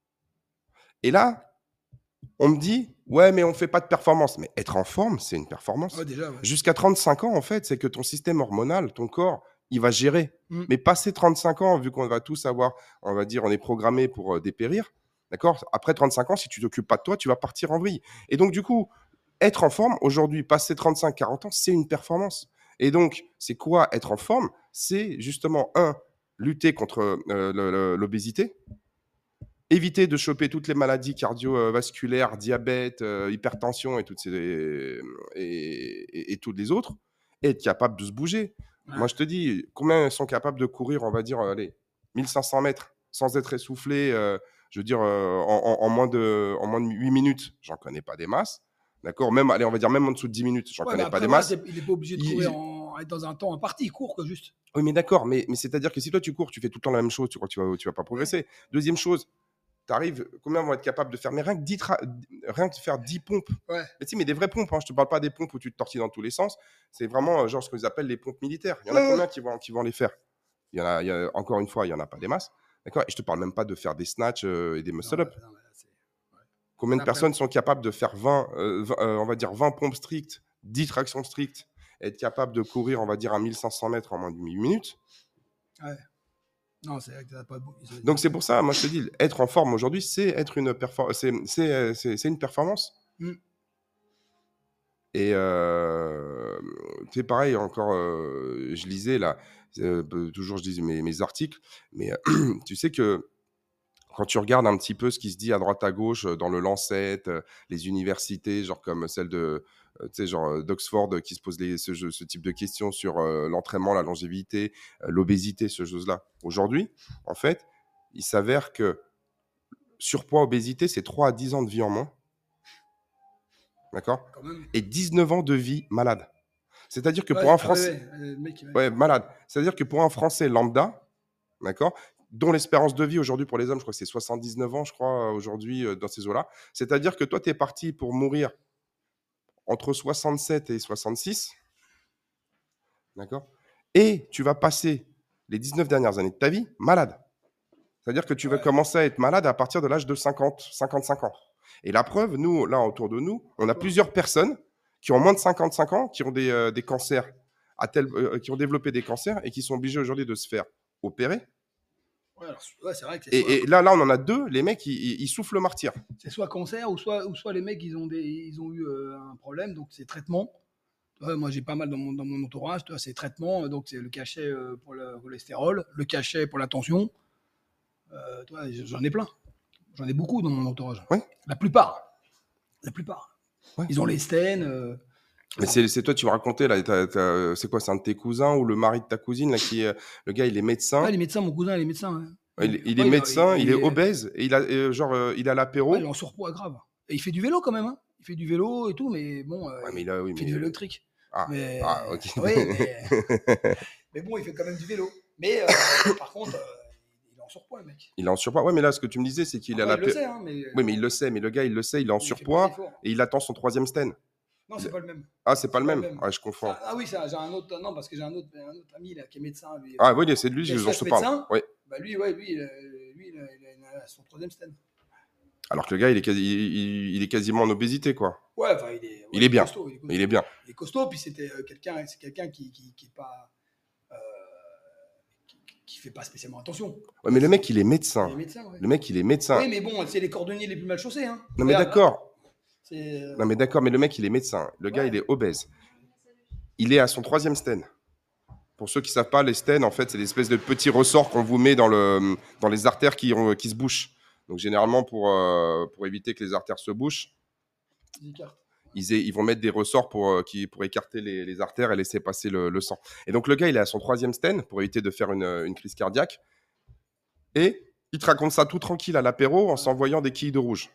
Et là, on me dit, ouais, mais on ne fait pas de performance. Mais être en forme, c'est une Ouais, performance. déjà, ouais. Jusqu'à trente-cinq ans, en fait, c'est que ton système hormonal, ton corps, il va gérer. Mm. Mais passer trente-cinq ans, vu qu'on va tous avoir, on va dire, on est programmé pour euh, dépérir, d'accord? Après trente-cinq ans, si tu t'occupes pas de toi, tu vas partir en vrille. Et donc, du coup, être en forme, aujourd'hui, passer trente-cinq quarante ans, c'est une performance. Et donc, c'est quoi être en forme? C'est justement, un, lutter contre euh, l'obésité, éviter de choper toutes les maladies cardiovasculaires, diabète, euh, hypertension et, toutes ces, et, et, et toutes les autres, et être capable de se bouger. Ouais. Moi, je te dis, combien sont capables de courir, on va dire, euh, allez, mille cinq cents mètres, sans être essoufflé, euh, je veux dire, euh, en, en, en, moins de, en moins de huit minutes? J'en connais pas des masses. D'accord? Même, allez, on va dire même en dessous de dix minutes, j'en Ouais, connais bah pas après, des voilà, masses. il n'est pas obligé de Il, courir il... en, être dans un temps imparti. Il court, quoi, juste. Oui, mais d'accord, mais, mais c'est-à-dire que si toi tu cours, tu fais tout le temps la même chose, tu crois que tu vas, tu vas pas progresser. Ouais. Deuxième chose, tu arrives, combien vont être capables de faire? Mais rien que, dix tra... rien que de faire dix pompes. Ouais. Mais tu sais, mais des vraies pompes, hein. Je te parle pas des pompes où tu te tortilles dans tous les sens. C'est vraiment euh, genre ce que ils appellent les pompes militaires. Il y en a ouais. combien qui vont, qui vont les faire? Il y en a, il y a, encore une fois, il y en a pas des masses. D'accord? Et je te parle même pas de faire des snatchs euh, et des muscle-up. Ouais. Combien de personnes sont capables de faire vingt, euh, vingt euh, on va dire vingt pompes strictes, dix tractions strictes, être capable de courir, on va dire, à mille cinq cents mètres en moins de huit minutes? Ouais. Non, c'est vrai que t'as pas beau- ils- Donc c'est pour ça, moi je te dis, être en forme aujourd'hui, c'est être une perfor- c'est c'est, euh, c'est- c'est une performance. Mm. Et euh, c'est pareil, encore, euh, je lisais là, euh, peu- toujours je lisais mes, mes articles, mais euh, tu sais que quand tu regardes un petit peu ce qui se dit à droite à gauche euh, dans le Lancet, euh, les universités, genre comme celle de, euh, tu sais, genre euh, d'Oxford, euh, qui se pose les- ce, jeu- ce type de questions sur euh, l'entraînement, la longévité, euh, l'obésité, ce chose-là. Aujourd'hui, en fait, il s'avère que surpoids, obésité, c'est trois à dix ans de vie en moins, d'accord? Quand même. Et dix-neuf ans de vie malade. C'est-à-dire que pour Ouais, un ah ouais, Français, ouais, euh, le mec, ouais. ouais, malade. C'est-à-dire que pour un Français lambda, d'accord, dont l'espérance de vie aujourd'hui pour les hommes, je crois que c'est soixante-dix-neuf ans, je crois, euh, aujourd'hui, euh, dans ces eaux-là. C'est-à-dire que toi, tu es parti pour mourir entre soixante-sept et soixante-six, d'accord, et tu vas passer les dix-neuf dernières années de ta vie malade. C'est-à-dire que tu vas Ouais. commencer à être malade à partir de l'âge de cinquante, cinquante-cinq ans. Et la preuve, nous, là, autour de nous, on a Toi. plusieurs personnes qui ont moins de cinquante-cinq ans, qui ont des, euh, des cancers, à tel, euh, qui ont développé des cancers et qui sont obligés aujourd'hui de se faire opérer. Ouais, alors, ouais, c'est vrai que c'est soit, Et, et là, là, on en a deux, les mecs, ils, ils- ils soufflent le martyr. c'est soit cancer ou soit, ou soit les mecs, ils ont, des, ils ont eu euh, un problème, donc c'est traitement. Ouais, moi, j'ai pas mal dans mon, dans mon entourage, tu vois, c'est traitement, euh, donc c'est le cachet euh, pour le cholestérol, le cachet pour la tension. Euh, tu vois, j'en ai plein. J'en ai beaucoup dans mon entourage. Ouais, La plupart. La plupart. ouais. Ils ont les stènes. euh, Mais c'est c'est toi, tu me racontais, là, t'as- t'as- c'est quoi, c'est un de tes cousins ou le mari de ta cousine, là, qui, est- le gars, il est Ouais, médecin, les médecins, mon cousin, il est médecin. Ouais. il, Donc, il est ouais, il, a- médecin, il- il il est est, obèse, et il a, euh, genre, euh, il a ouais, il est l'apéro. en surpoids grave. Et il fait du vélo quand même. Hein. Il fait du vélo et tout, mais bon, euh, Ouais, mais il, il a, oui, il fait mais. du vélo euh, électrique. Ah, ah, Mais ok. oui, mais, mais bon, il fait quand même du vélo. Mais euh, par contre, euh, il est en surpoids, le mec. Il est en surpoids. Ouais, mais là, ce que tu me disais, c'est qu'il a Après, il le l'apéro. sait, hein, mais Oui, mais il bon, le sait, mais le gars, il le sait, il est en mais il fait pas surpoids d'effort. et il attend son troisième sten. Non, c'est Il- pas le même. Ah, c'est pas C'est le pas le même. même. Ouais, je confonds. Ah, ah oui, ça, j'ai un autre. Non, parce que j'ai un autre, un autre ami là, qui est médecin, lui, Ah, euh, oui, c'est de lui qui est dont je chef te parle. médecin. Oui. Bah lui, ouais, lui, il a- lui, il a, il a- il a son troisième stand. Alors que le gars, il est, quasi- il, il- il est quasiment en obésité, quoi. Ouais, enfin, il est, Il ouais, est il est bien. costaud, il est Il est costaud. bien. Il est costaud, puis c'était euh, quelqu'un, c'est quelqu'un qui, qui, qui est pas, euh, qui, qui fait pas spécialement attention. Ouais, mais le C'est- mec, il est Il médecin. est médecin, ouais. Le mec, il est médecin. Oui, mais bon, c'est les cordonniers les plus mal chaussés, hein. Non, mais Regarde, là, d'accord. c'est, euh, Non, mais d'accord, mais le mec, il est médecin. Le gars, ouais. il est obèse. Il est à son troisième sten. Pour ceux qui ne savent pas, les stents, en fait, c'est l'espèce de petits ressorts qu'on vous met dans, le, dans les artères qui, ont- qui se bouchent. Donc, généralement, pour, euh, pour éviter que les artères se bouchent, Ils écartent. ils, é- ils vont mettre des ressorts pour, euh, qui, pour écarter les, les artères et laisser passer le, le sang. Et donc, le gars, il est à son troisième stent pour éviter de faire une, une crise cardiaque. Et il te raconte ça tout tranquille à l'apéro en s'envoyant des quilles de rouge.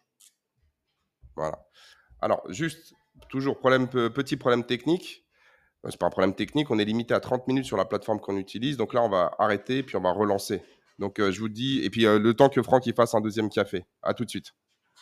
Voilà. Alors, juste, toujours, problème, pe- petit problème technique. Euh, C'est pas un problème technique, on est limité à trente minutes sur la plateforme qu'on utilise. Donc là, on va arrêter, puis on va relancer. Donc, euh, je vous dis, et puis euh, le temps que Franck il fasse un deuxième café. À tout de suite.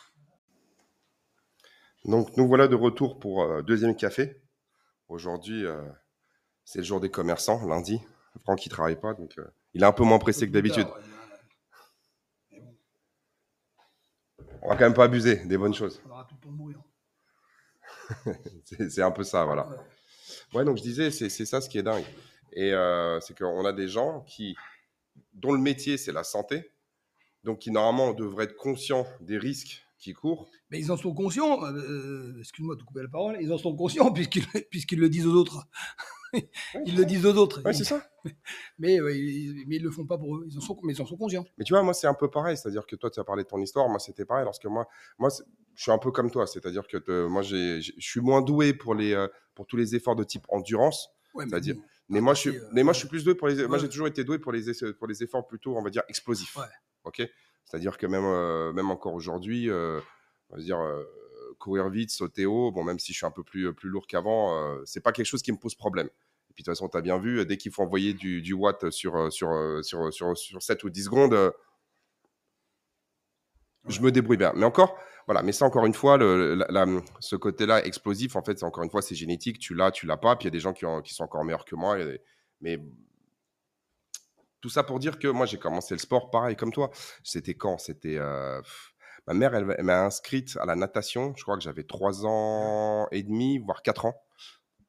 Donc, nous voilà de retour pour euh, deuxième café. Aujourd'hui, euh, c'est le jour des commerçants, lundi. Franck, il travaille pas, donc euh, il est un peu moins Un peu pressé que plus d'habitude. tard, ouais. Mais bon, On va quand même pas abuser des bonnes choses. on aura tout pour mourir. C'est c'est un peu ça, voilà. Ouais. Ouais, donc je disais, c'est c'est ça ce qui est dingue. Et euh, c'est qu'on a des gens qui, dont le métier, c'est la santé, donc qui normalement devraient être conscients des risques qu'ils courent. Mais ils en sont conscients, euh, excuse-moi de te couper la parole, ils en sont conscients puisqu'ils, puisqu'ils le disent aux autres. Ils le disent aux autres. Ouais, c'est ça. Mais, ouais, ils, mais ils le font pas pour eux. Ils en sont, mais ils en sont conscients. Mais tu vois, moi, c'est un peu pareil. C'est-à-dire que toi, tu as parlé de ton histoire. Moi, c'était pareil. Lorsque moi, moi c'est- je suis un peu comme toi. C'est-à-dire que te- moi, j'ai- j'ai- je suis moins doué pour, les, euh, pour tous les efforts de type endurance. Ouais, mais C'est-à dire, bon, mais ah, moi, bah, je suis, c'est, euh, mais moi, je suis plus doué pour les. Moi, ouais. j'ai toujours été doué pour les, essa- pour les efforts plutôt, on va dire, explosifs. Ouais. Ok. C'est-à-dire que même, euh, même encore aujourd'hui, euh, on va dire. euh, courir vite, sauter haut, bon, même si je suis un peu plus, plus lourd qu'avant, euh, c'est pas quelque chose qui me pose problème. Et puis de toute façon, tu as bien vu, dès qu'il faut envoyer du, du watt sur, sur, sur, sur, sur sept ou dix secondes, euh, Ouais. je me débrouille bien. Mais encore, voilà, mais ça, encore une fois, le, la- la- ce côté-là explosif, en fait, c'est encore une fois, c'est génétique, tu l'as, tu l'as pas, puis il y a des gens qui, ont- qui sont encore meilleurs que moi. il y a des- Mais tout ça pour dire que moi, j'ai commencé le sport pareil comme toi. C'était quand C'était. euh, pff, ma mère, elle, elle m'a inscrite à la natation, je crois que j'avais trois ans et demi, voire quatre ans.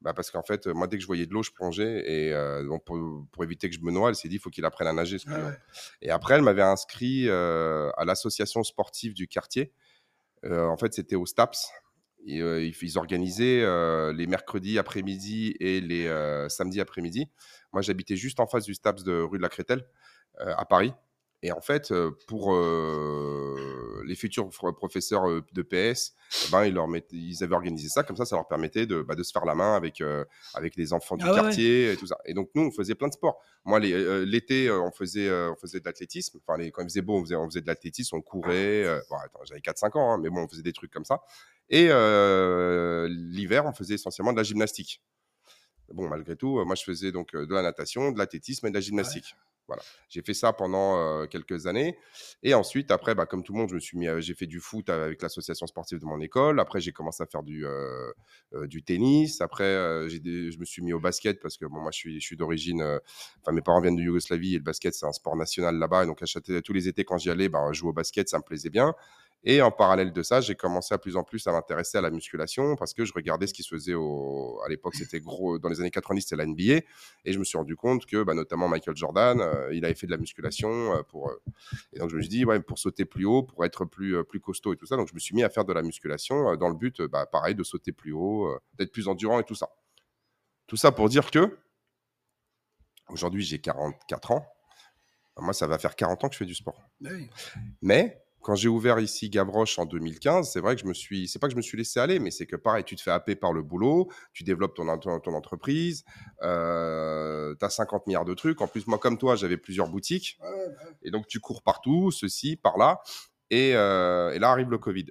Bah, parce qu'en fait, moi, dès que je voyais de l'eau, je plongeais. Et euh, donc, pour, pour éviter que je me noie, elle s'est dit, il faut qu'il apprenne à nager, ce Ah couillon. ouais. Et après, elle m'avait inscrit euh, à l'association sportive du quartier. Euh, en fait, c'était au STAPS. Et, euh, ils, ils organisaient euh, les mercredis après-midi et les euh, samedis après-midi. Moi, j'habitais juste en face du STAPS de rue de la Crételle, euh, à Paris. Et en fait, euh, pour euh, les futurs f- professeurs euh, de P S, eh ben, ils, leur mettaient- ils avaient organisé ça. Comme ça, ça leur permettait de, bah, de se faire la main avec, euh, avec les enfants du Ah ouais, ouais. quartier et tout ça. Et donc, nous, on faisait plein de sports. Moi, les- euh, l'été, euh, on faisait, euh, on faisait de l'athlétisme. Enfin, les- quand il faisait beau, on faisait, on faisait de l'athlétisme, on courait. euh, bon, attends, j'avais quatre cinq ans, hein, mais bon, on faisait des trucs comme ça. Et euh, l'hiver, on faisait essentiellement de la gymnastique. Bon, malgré tout, euh, moi, je faisais donc euh, de la natation, de l'athlétisme et de la Ouais. gymnastique. Voilà. J'ai fait ça pendant euh, quelques années. Et ensuite, après, bah, comme tout le monde, je me suis mis, à- j'ai fait du foot avec l'association sportive de mon école. Après, j'ai commencé à faire du, euh, euh, du tennis. Après, euh, j'ai des- je me suis mis au basket parce que bon, moi, je suis, je suis d'origine. euh, Enfin, mes parents viennent de Yougoslavie et le basket, c'est un sport national là-bas. Et donc, à chaque- tous les étés, quand j'y allais, bah, jouer au basket, ça me plaisait bien. Et en parallèle de ça, j'ai commencé à plus en plus à m'intéresser à la musculation parce que je regardais ce qui se faisait au... à l'époque, c'était gros, dans les années quatre-vingt-dix, c'était la N B A. Et je me suis rendu compte que, bah, notamment Michael Jordan, euh, il avait fait de la musculation. Euh, pour, euh, Et donc, je me suis dit, ouais, pour sauter plus haut, pour être plus, euh, plus costaud et tout ça. Donc, je me suis mis à faire de la musculation euh, dans le but, euh, bah, pareil, de sauter plus haut, euh, d'être plus endurant et tout ça. Tout ça pour dire que, aujourd'hui, j'ai quarante-quatre ans. Moi, ça va faire quarante ans que je fais du sport. Oui. Mais quand j'ai ouvert ici Gavroche en deux mille quinze, c'est vrai que je me suis, c'est pas que je me suis laissé aller, mais c'est que pareil, tu te fais happer par le boulot, tu développes ton, ton, ton entreprise, euh, tu as cinquante milliards de trucs. En plus, moi, comme toi, j'avais plusieurs boutiques. Ouais, ouais, bah ouais. Et donc, tu cours partout, ceci, par là. Et, euh, et là arrive le Covid.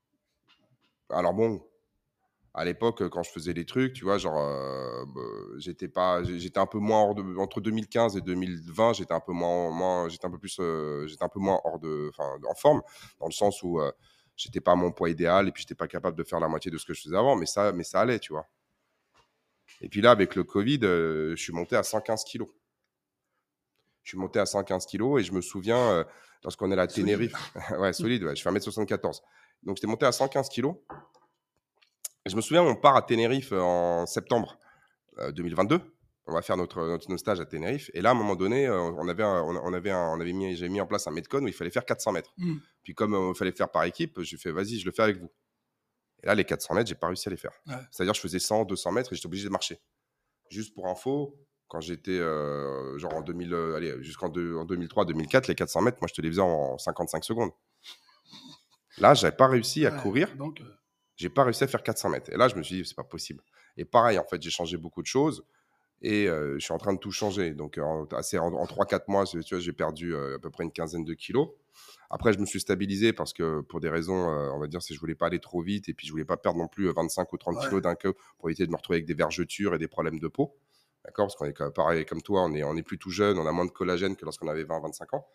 Alors bon, à l'époque, quand je faisais les trucs, tu vois, genre, euh, bah, j'étais pas, j'étais un peu moins hors de, entre deux mille quinze et deux mille vingt, j'étais un peu moins, moins j'étais un peu plus, euh, j'étais un peu moins hors de, enfin, en forme, dans le sens où euh, j'étais pas à mon poids idéal et puis j'étais pas capable de faire la moitié de ce que je faisais avant, mais ça, mais ça allait, tu vois. Et puis là, avec le Covid, euh, je suis monté à cent quinze kilos. Je suis monté à cent quinze kilos et je me souviens, euh, lorsqu'on est à Solide. Tenerife, ouais, solide, ouais, je fais un mètre soixante-quatorze. Donc j'étais monté à cent quinze kilos. Et je me souviens, on part à Tenerife en septembre euh, deux mille vingt-deux. On va faire notre, notre, notre stage à Tenerife. Et là, à un moment donné, euh, on avait, un- on on avait, un- on avait mis, j'ai mis en place un Metcon où il fallait faire quatre cents mètres. Mm. Puis comme euh, il fallait faire par équipe, j'ai fait, vas-y, je le fais avec vous. Et là, les quatre cents mètres, j'ai pas réussi à les faire. Ouais. C'est-à-dire, je faisais cent, deux cents mètres et j'étais obligé de marcher. Juste pour info, quand j'étais euh, genre en deux mille, euh, allez, jusqu'en deux- en deux mille trois, deux mille quatre, les quatre cents mètres, moi, je te les faisais en cinquante-cinq secondes. Là, j'avais pas réussi à Ouais. courir. Donc, euh, J'ai pas réussi à faire quatre cents mètres. Et là, je me suis dit, c'est pas possible. Et pareil, en fait, j'ai changé beaucoup de choses. Et euh, je suis en train de tout changer. Donc, euh, en, assez, en, en trois quatre mois, tu vois, j'ai perdu euh, à peu près une quinzaine de kilos. Après, je me suis stabilisé parce que pour des raisons, euh, on va dire, si je voulais pas aller trop vite et puis je voulais pas perdre non plus euh, vingt-cinq ou trente ouais. kilos d'un coup pour éviter de me retrouver avec des vergetures et des problèmes de peau. D'accord. Parce qu'on est quand- pareil comme toi, on est, on est plus tout jeune, on a moins de collagène que lorsqu'on avait vingt vingt-cinq ans.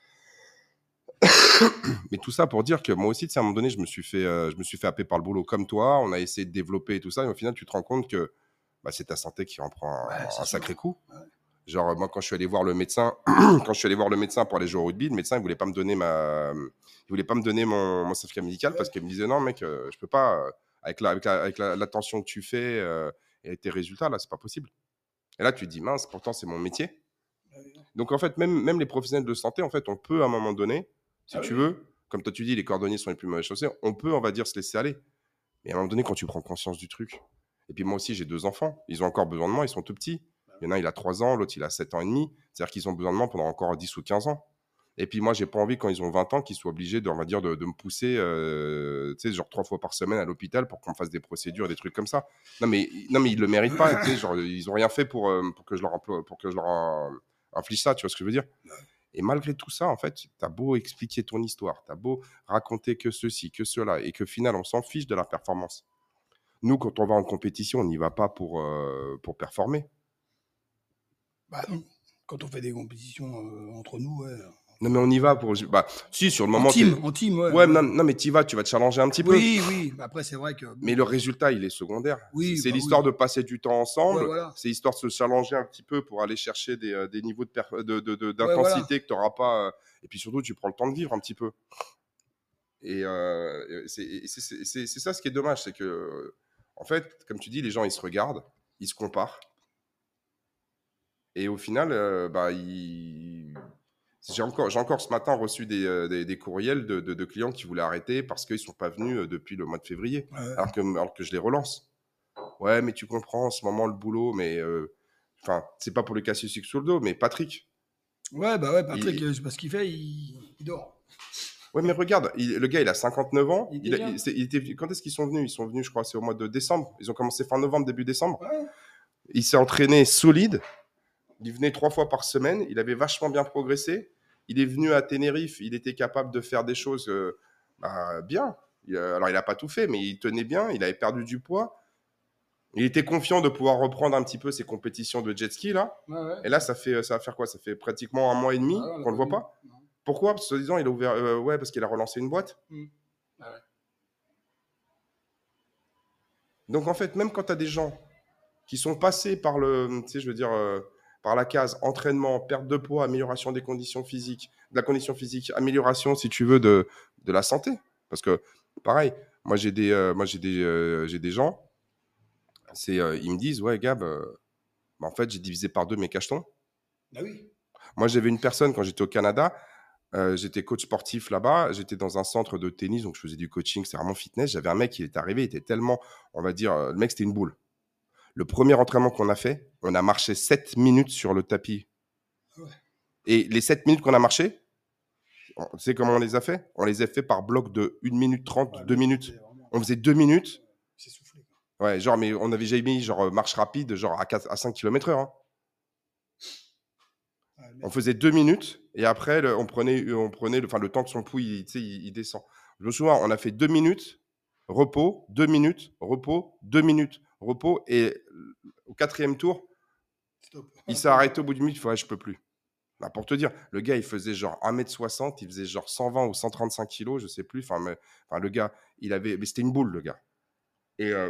Mais tout ça pour dire que moi aussi, tu sais, à un moment donné, je me suis fait, euh, je me suis fait happer par le boulot comme toi. On a essayé de développer et tout ça. Et au final, tu te rends compte que bah, c'est ta santé qui en prend Ouais, un, c'est un sûr. sacré coup. Ouais. Genre, moi, quand je suis allé voir le médecin, quand je suis allé voir le médecin pour aller jouer au rugby, le médecin, il voulait pas me donner ma, il voulait pas me donner mon, mon certificat médical parce Ouais. qu'il me disait non, mec, euh, je peux pas, euh, avec la, avec la, avec la- l'attention que tu fais euh, et tes résultats, là, c'est pas possible. Et là, tu te dis, mince, pourtant, c'est mon métier. Ouais. Donc, en fait, même, même les professionnels de santé, en fait, on peut, à un moment donné, si Ah tu oui. veux, comme toi, tu dis, les cordonniers sont les plus mauvais chaussés, on peut, on va dire, se laisser aller. Mais à un moment donné, quand tu prends conscience du truc, et puis moi aussi, j'ai deux enfants, ils ont encore besoin de moi, ils sont tout petits. Il y en a, il a trois ans, l'autre, il a sept ans et demi. C'est-à-dire qu'ils ont besoin de moi pendant encore dix ou quinze ans. Et puis moi, j'ai pas envie, quand ils ont vingt ans, qu'ils soient obligés de, on va dire, de, de me pousser, euh, tu sais, genre trois fois par semaine à l'hôpital pour qu'on fasse des procédures, des trucs comme ça. Non, mais, non, mais ils le méritent pas, tu sais, genre, ils ont rien fait pour, euh, pour que je leur, emploie- pour que je leur euh, inflige ça, tu vois ce que je veux dire? Et malgré tout ça, en fait, tu as beau expliquer ton histoire, tu as beau raconter que ceci, que cela, et que final, on s'en fiche de la performance. Nous, quand on va en compétition, on n'y va pas pour, euh, pour performer. Bah non. Quand on fait des compétitions euh, entre nous, ouais. Non, mais on y va pour. Bah, si, sur le En moment, team, t'es. en team, ouais. Ouais, Ouais. non, non, mais tu y vas, tu vas te challenger un petit peu. Oui, oui. Bah après, c'est vrai que Mais bon. le résultat, il est secondaire. C'est Oui, c'est bah l'histoire oui. de passer du temps Ouais, ensemble. voilà. C'est l'histoire de se challenger un petit peu pour aller chercher des, euh, des niveaux de per- de- de- de- Ouais, voilà. d'intensité que tu n'auras pas. euh, Et puis surtout, tu prends le temps de vivre un petit peu. Et euh, c'est et c'est- c'est- c'est- c'est ça ce qui est dommage, c'est que, en fait, comme tu dis, les gens, ils se regardent. il se compare. Et au final, euh, bah, il... j'ai encore, j'ai encore ce matin reçu des, euh, des, des courriels de, de, de clients qui voulaient arrêter parce qu'ils ne sont pas venus euh, depuis le mois de février, Ouais, alors que, alors que je les relance. Ouais, mais tu comprends, en ce moment, le boulot, mais... euh, Enfin, c'est pas pour le casser sur le dos, mais Patrick, ouais, bah ouais, Patrick, il, euh, c'est pas ce qu'il fait, il, il dort. ouais, mais regarde, il- le gars, il a cinquante-neuf ans. Il était Il a- bien. il- c'est- il était- quand est-ce qu'ils sont venus? Ils sont venus, je crois, c'est au mois de décembre. Ils ont commencé fin novembre, début décembre. Ouais. Il s'est entraîné solide. Il venait trois fois par semaine. Il avait vachement bien progressé. Il est venu à Tenerife. Il était capable de faire des choses euh, bah, bien. Il, euh, alors, il n'a pas tout fait, mais il tenait bien. Il avait perdu du poids. Il était confiant de pouvoir reprendre un petit peu ses compétitions de jet ski, là. Ouais, ouais. Et là, ça, fait, ça va faire quoi? Ça fait pratiquement un mois et demi Bah ouais, on l'a qu'on ne le pas voit vu. pas. Non. Pourquoi? Parce que, disant, il a ouvert. euh, ouais, parce qu'il a relancé une boîte. Mm. Ah ouais. Donc en fait, même quand tu as des gens qui sont passés par le, tu sais, je veux dire, euh, par la case entraînement, perte de poids, amélioration des conditions physiques, de la condition physique, amélioration, si tu veux, de, de la santé. Parce que, pareil, moi j'ai des, euh, moi j'ai des, euh, j'ai des gens, c'est, euh, ils me disent, ouais, Gab, euh, bah, en fait, j'ai divisé par deux mes cachetons. Bah oui. Moi, j'avais une personne quand j'étais au Canada. Euh, j'étais coach sportif là-bas. J'étais dans un centre de tennis, donc je faisais du coaching, c'est vraiment fitness. J'avais un mec qui est arrivé, il était tellement, on va dire, euh, le mec c'était une boule. Le premier entraînement qu'on a fait, on a marché sept minutes sur le tapis. Ouais. Et les sept minutes qu'on a marché, on- tu sais comment on les a fait? On les a fait par bloc de une minute trente, Ouais, deux mec, minutes. c'est vraiment- On faisait deux minutes. C'est soufflé. Quoi. Ouais, genre, mais on avait jamais mis genre euh, marche rapide, genre à, quatre à cinq kilomètres heure. Hein. Ouais, le On mec, faisait deux minutes et après, le- on prenait, on prenait le, enfin, le temps que son pouls il, tu sais, il, il descend. Je me souviens, on a fait deux minutes, repos, deux minutes, repos, deux minutes, repos. Et au quatrième tour, stop. il s'est arrêté au bout d'une minute. Il fait, ouais, je peux plus. Bah, pour te dire, le gars, il faisait genre un mètre soixante, il faisait genre cent vingt ou cent trente-cinq kilos, je sais plus. Enfin, mais, enfin le gars, il avait, mais c'était une boule, le gars. Et, euh,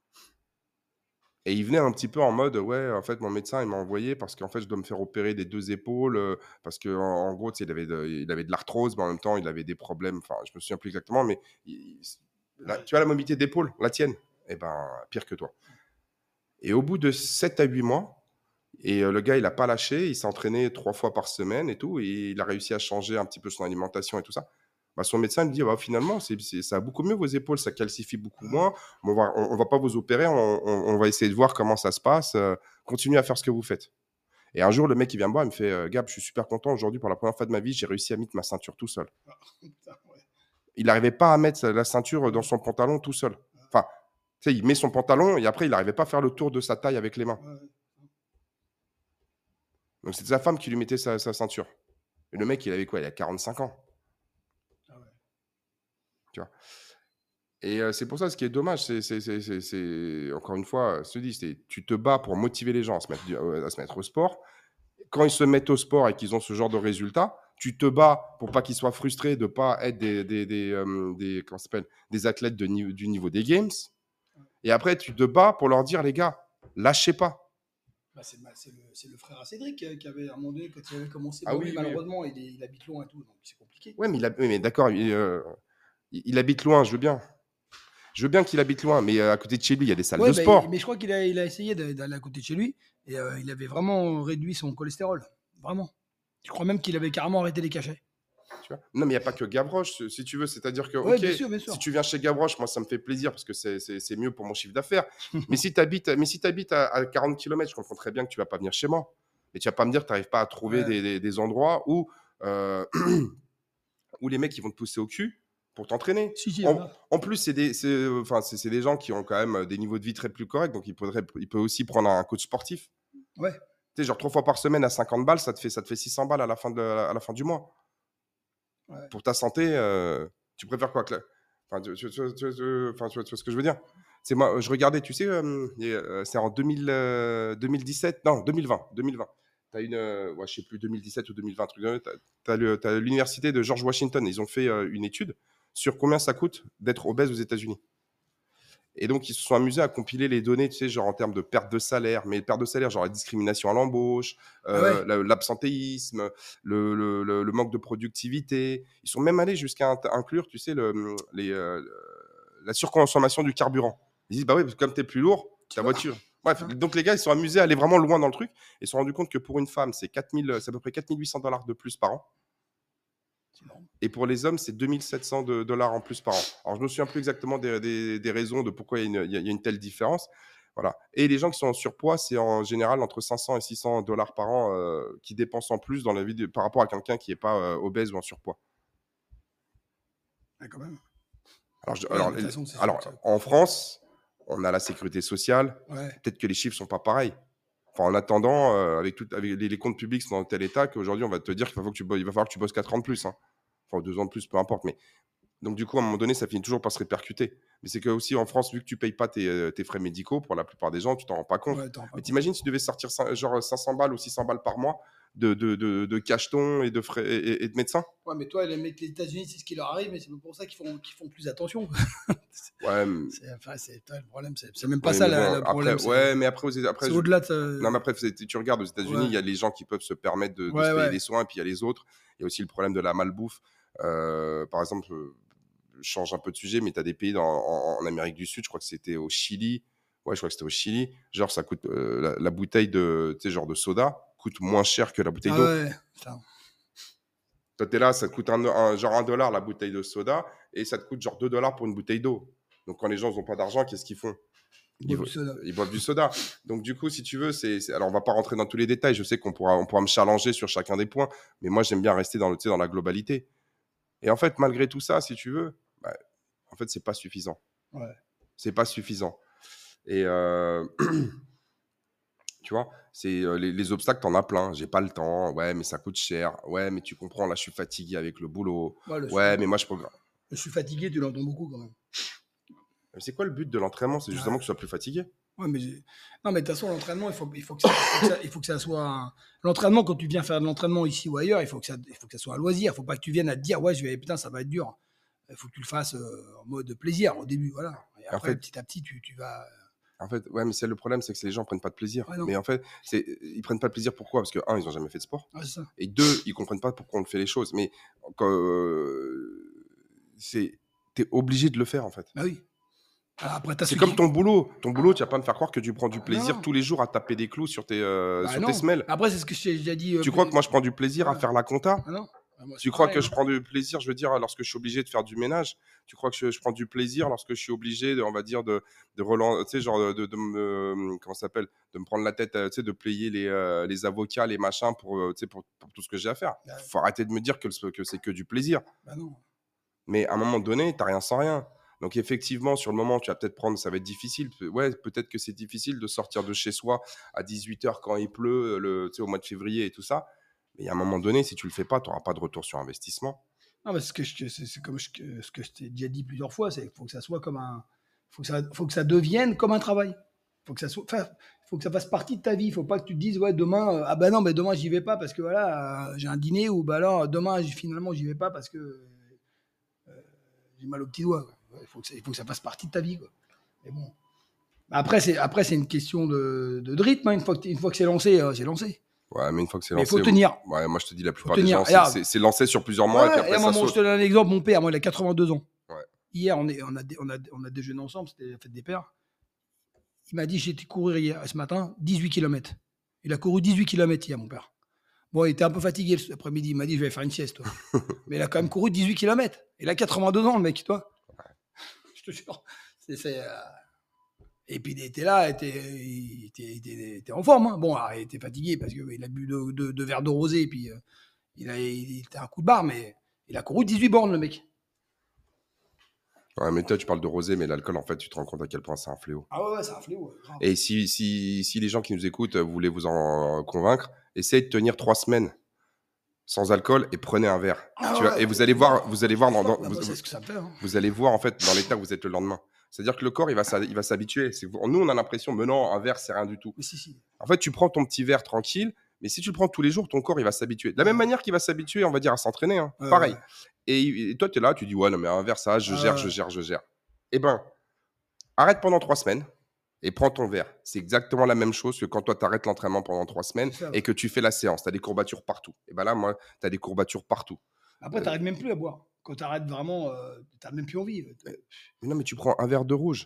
et il venait un petit peu en mode, ouais, en fait, mon médecin, il m'a envoyé parce qu'en fait, je dois me faire opérer des deux épaules, euh, parce qu'en en, en gros, tu sais, il avait, de, il avait de l'arthrose, mais en même temps, il avait des problèmes. Enfin, je me souviens plus exactement, mais il- là, tu as la mobilité d'épaule, la tienne, eh ben, pire que toi. Et au bout de sept à huit mois, et euh, le gars, il n'a pas lâché, il s'est entraîné trois fois par semaine et tout, et il a réussi à changer un petit peu son alimentation et tout ça. Bah, son médecin me dit, bah, finalement, c'est, c'est- ça a beaucoup mieux vos épaules, ça calcifie beaucoup moins, on va, on, on va pas vous opérer, on, on- on va essayer de voir comment ça se passe, euh, continuez à faire ce que vous faites. Et un jour, le mec, il vient me voir, il me fait, euh, Gab, je suis super content, aujourd'hui, pour la première fois de ma vie, j'ai réussi à mettre ma ceinture tout seul. Putain, ouais. Il n'arrivait pas à mettre la ceinture dans son pantalon tout seul. Enfin, tu sais, il met son pantalon, et après, il n'arrivait pas à faire le tour de sa taille avec les mains. Ouais. Donc c'était sa femme qui lui mettait sa, sa ceinture. Et le mec, il avait quoi? Il a quarante-cinq ans. Ah ouais. Tu vois. Et euh, c'est pour ça, ce qui est dommage, c'est, c'est, c'est, c'est, c'est- encore une fois, je te dis, c'est, tu te bats pour motiver les gens à se, mettre, euh, à se mettre au sport. Quand ils se mettent au sport et qu'ils ont ce genre de résultats, tu te bats pour pas qu'ils soient frustrés de pas être des, des, des, euh, des, comment ça s'appelle, des athlètes de, ni- du niveau des games. Et après, tu te bats pour leur dire, les gars, lâchez pas. Bah, c'est, bah, c'est le, c'est le frère à Cédric euh, qui avait, à un moment donné, quand il avait commencé, Ah bon, oui, lui, oui. malheureusement, il, est- il habite loin et tout, donc c'est compliqué. Ouais, mais, il a- oui, mais d'accord, il, euh, il- il habite loin, je veux bien. Je veux bien qu'il habite loin, mais euh, à côté de chez lui, il y a des salles Ouais, de bah, il- sport. mais je crois qu'il a, il a essayé de- d'aller à côté de chez lui et euh, il avait vraiment réduit son cholestérol. Vraiment. Je crois même qu'il avait carrément arrêté les cachets. Tu vois. Non, mais il n'y a pas que Gavroche, si tu veux. C'est-à-dire que, Ouais, ok, bien sûr, bien sûr. si tu viens chez Gavroche, moi, ça me fait plaisir parce que c'est, c'est, c'est mieux pour mon chiffre d'affaires. mais si tu habites, mais si habites à, à quarante kilomètres, je comprends très bien que tu vas pas venir chez moi. Mais tu vas pas me dire que tu n'arrives pas à trouver Ouais. des, des- des endroits où, euh, où les mecs ils vont te pousser au cul pour t'entraîner. Si, si, En, voilà. en plus, c'est des, c'est, enfin, c'est, c'est des gens qui ont quand même des niveaux de vie très plus corrects, donc ils pourraient, ils peuvent aussi prendre un coach sportif. Ouais. Tu sais, genre trois fois par semaine à cinquante balles, ça te fait, ça te fait six cents balles à la fin, de, à la fin du mois. Ouais. Pour ta santé, euh, tu préfères quoi que la- enfin, tu, tu- tu- tu- tu- enfin, tu vois tu vois ce que je veux dire? C'est moi, je regardais, tu sais, euh, et, euh, c'est en deux mille, euh, deux mille dix-sept, non, deux mille vingt, deux mille vingt. T'as une, euh, ouais, je sais plus, deux mille dix-sept ou deux mille vingt, truc de- t'as, t'as le- t'as l'université de George Washington. Ils ont fait euh, une étude sur combien ça coûte d'être obèse aux États-Unis. Et donc, ils se sont amusés à compiler les données, tu sais, genre en termes de perte de salaire, mais perte de salaire, genre la discrimination à l'embauche, Ah euh, ouais. la- l'absentéisme, le, le- le- le manque de productivité. Ils sont même allés jusqu'à int- inclure, tu sais, le, les, euh, la surconsommation du carburant. Ils disent, bah oui, parce que comme tu es plus lourd, ta vois. voiture. Bref, Hein. donc les gars, ils sont amusés à aller vraiment loin dans le truc. Et ils se sont rendus compte que pour une femme, c'est quatre mille, c'est à peu près quatre mille huit cents dollars de plus par an. C'est énorme. Et pour les hommes, c'est deux mille sept cents de- dollars en plus par an. Alors, je me souviens plus exactement des, des- des raisons de pourquoi il y, a une, il y a une telle différence. Voilà. Et les gens qui sont en surpoids, c'est en général entre cinq cents et six cents dollars par an euh, qui dépensent en plus dans la vie de- par rapport à quelqu'un qui n'est pas euh, obèse ou en surpoids. Ouais, quand même. Alors, je- Ouais, alors, mais de toute façon, c'est sûr alors, que ça coûte en cher. France, on a la sécurité sociale. Ouais. Peut-être que les chiffres sont pas pareils. Enfin, en attendant, euh, avec, tout, avec les, les comptes publics sont dans tel état qu'aujourd'hui, on va te dire qu'il va falloir que tu, bo- il va falloir que tu bosses quatre ans de plus. Hein. Enfin, deux ans de plus, peu importe. Mais donc, du coup, à un moment donné, ça finit toujours par se répercuter. Mais c'est que aussi en France, vu que tu payes pas tes, euh, tes frais médicaux, pour la plupart des gens, tu t'en rends pas compte. Ouais, t'en rends pas Mais compte. t'imagines si tu devais sortir cin- genre cinq cents balles ou six cents balles par mois de, de, de, de cachetons et de, frais, et, et de médecins. Ouais, mais toi, les mecs des États-Unis, c'est ce qui leur arrive, mais c'est pour ça qu'ils font, qu'ils font plus attention. Ouais, m- C'est, enfin, c'est, toi, le problème, c'est, c'est même pas ouais, ça mais la- bon, le problème. après, c'est, ouais, mais après, aux- après c'est je- au-delà de. non, mais après, c'est- tu regardes aux États-Unis, il Ouais. y a les gens qui peuvent se permettre de, de Ouais, se payer ouais. des soins, et puis il y a les autres. Il y a aussi le problème de la malbouffe. Euh, par exemple, euh, je change un peu de sujet, mais tu as des pays dans- en, en Amérique du Sud, je crois que c'était au Chili. Ouais, je crois que c'était au Chili. Genre, ça coûte euh, la, la bouteille de, tu sais, genre de soda coûte moins cher que la bouteille Ah d'eau. ouais, putain. Toi, t'es là, ça te coûte un, un- genre un dollar la bouteille de soda, et ça te coûte genre deux dollars pour une bouteille d'eau. Donc, quand les gens n'ont pas d'argent, qu'est-ce qu'ils font? Ils Ils, boivent vo- du soda. ils boivent du soda. Donc, du coup, si tu veux, c'est, c'est- alors on va pas rentrer dans tous les détails. Je sais qu'on pourra, on pourra me challenger sur chacun des points, mais moi, j'aime bien rester dans, le, tu sais, dans la globalité. Et en fait, malgré tout ça, si tu veux, bah, en fait, c'est pas suffisant. Ouais. C'est pas suffisant. Et euh, tu vois, c'est euh, les, les obstacles, t'en as plein. J'ai pas le temps. Ouais, mais ça coûte cher. Ouais, mais tu comprends, là, je suis fatigué avec le boulot. Ouais, le Ouais, suis- mais moi, je programme. je suis fatigué, tu l'entends beaucoup quand même. Mais c'est quoi le but de l'entraînement? C'est justement Ouais. que tu sois plus fatigué. Ouais, mais j'ai- non, mais de toute façon, l'entraînement, il faut, il faut que ça, il faut que ça, il faut que ça soit. un- L'entraînement, quand tu viens faire de l'entraînement ici ou ailleurs, il faut que ça, il faut que ça soit un loisir. Il faut pas que tu viennes à te dire, ouais, je vais, putain, ça va être dur. Il faut que tu le fasses euh, en mode plaisir au début, voilà. Et En après, fait- petit à petit, tu, tu vas. En fait, ouais, mais c'est le problème, c'est que les gens prennent pas de plaisir. Ouais, non. mais en fait, c'est, ils prennent pas de plaisir pourquoi? Parce que un, ils ont jamais fait de sport. Ouais, c'est ça. Et deux, ils comprennent pas pourquoi on fait les choses. Mais quand, euh, c'est, t'es obligé de le faire en fait. Bah oui. Alors après, t'as C'est ceux comme qui- ton boulot. Ton boulot, tu vas pas me faire croire que tu prends du plaisir non. tous les jours à taper des clous sur tes, euh, Bah sur non. tes semelles. Après, c'est ce que je t'ai déjà dit. euh, Tu plus- crois que moi, je prends du plaisir à Ouais. faire la compta? Ah non. Bah, moi, c'est Tu crois pareil, que je hein. prends du plaisir, je veux dire, lorsque je suis obligé de faire du ménage? Tu crois que je, je prends du plaisir lorsque je suis obligé, de, on va dire, de, de relancer, tu sais, genre de, de, de me, comment ça s'appelle, de me prendre la tête, euh, tu sais, de payer les, euh, les avocats, les machins pour, euh, tu sais, pour, pour tout ce que j'ai à faire. Ouais. Faut arrêter de me dire que, le- que c'est que du plaisir. Bah non. Mais à un moment donné, t'as rien sans rien. Donc effectivement, sur le moment, tu vas peut-être prendre, ça va être difficile. Pe- Ouais, peut-être que c'est difficile de sortir de chez soi à dix-huit heures quand il pleut, le, tu sais, au mois de février et tout ça. Mais à un moment donné, si tu le fais pas, tu n'auras pas de retour sur investissement. Non, mais ce que je- c'est c'est comme je- ce que je t'ai déjà dit plusieurs fois, c'est qu'il faut que ça soit comme un, faut que ça, faut que ça devienne comme un travail. Faut que ça soit, enfin, faut que ça fasse partie de ta vie. Faut pas que tu te dises ouais demain, euh, ah bah non, mais demain j'y vais pas parce que voilà, euh, j'ai un dîner ou bah alors demain j- finalement j'y vais pas parce que euh, j'ai mal au petit doigt. quoi. Ouais, Il faut que ça, il faut que ça fasse partie de ta vie. Quoi. Mais bon. Après c'est après c'est une question de, de, de rythme. hein. Une fois que t'es- une fois que c'est lancé, euh, c'est lancé. Ouais, mais une fois que c'est Mais il lancé. faut tenir. Ouais, moi je te dis, la plupart Faut des tenir. gens, Et c'est- là- c'est c'est lancé sur plusieurs mois et puis Ouais, et après à un ça moment, je saute. te donne un exemple. Mon père, moi, il a quatre-vingt-deux ans. Ouais. Hier, on, est, on, a, dé- on, a, on a déjeuné ensemble, c'était la fête des pères. Il m'a dit, j'ai été courir hier, ce matin, dix-huit kilomètres. Il a couru dix-huit kilomètres hier, mon père. Bon, il était un peu fatigué cet après-midi. Il m'a dit, je vais faire une sieste. toi. Mais il a quand même couru dix-huit kilomètres. Il a quatre-vingt-deux ans, le mec, toi. Je te jure. C'est, c'est, euh, Et puis il était là, il était, il était, il était- il était en forme. hein. Bon, alors, il était fatigué parce qu'il a bu deux, deux- deux verres de rosé et puis euh, il, a, il était un coup de barre, mais il a couru dix-huit bornes, le mec. Ouais, mais toi, tu parles de rosé, mais l'alcool, en fait, tu te rends compte à quel point c'est un fléau. Ah ouais, ouais, c'est un fléau. ouais, grave. Et si, si, si les gens qui nous écoutent, euh, vous voulez vous en convaincre, essayez de tenir trois semaines sans alcool et prenez un verre. Ah Tu ouais, vois, et ouais, vous allez voir, vous allez voir, dans, dans- Bah, vous, moi, c'est ce que ça me fait. hein. vous allez voir en fait dans l'état où vous êtes le lendemain. C'est-à-dire que le corps, il va s'a- il va s'habituer. C'est- Nous, on a l'impression, mais non, un verre, c'est rien du tout. Mais si, si. En fait, tu prends ton petit verre tranquille, mais si tu le prends tous les jours, ton corps, il va s'habituer. De la même manière qu'il va s'habituer, on va dire, à s'entraîner. hein. Ouais, Pareil. ouais. Et, et toi, tu es là, tu dis, ouais, non, mais un verre, ça, je Ah gère, ouais. je gère, je gère. Eh ben, arrête pendant trois semaines et prends ton verre. C'est exactement la même chose que quand toi, tu arrêtes l'entraînement pendant trois semaines C'est ça, ouais. et que tu fais la séance. Tu as des courbatures partout. Et ben là, moi, tu as des courbatures partout. Après, t'arrêtes même plus à boire. Quand t'arrêtes vraiment, euh, t'as même plus envie. Mais non, mais tu prends un verre de rouge. Ouais.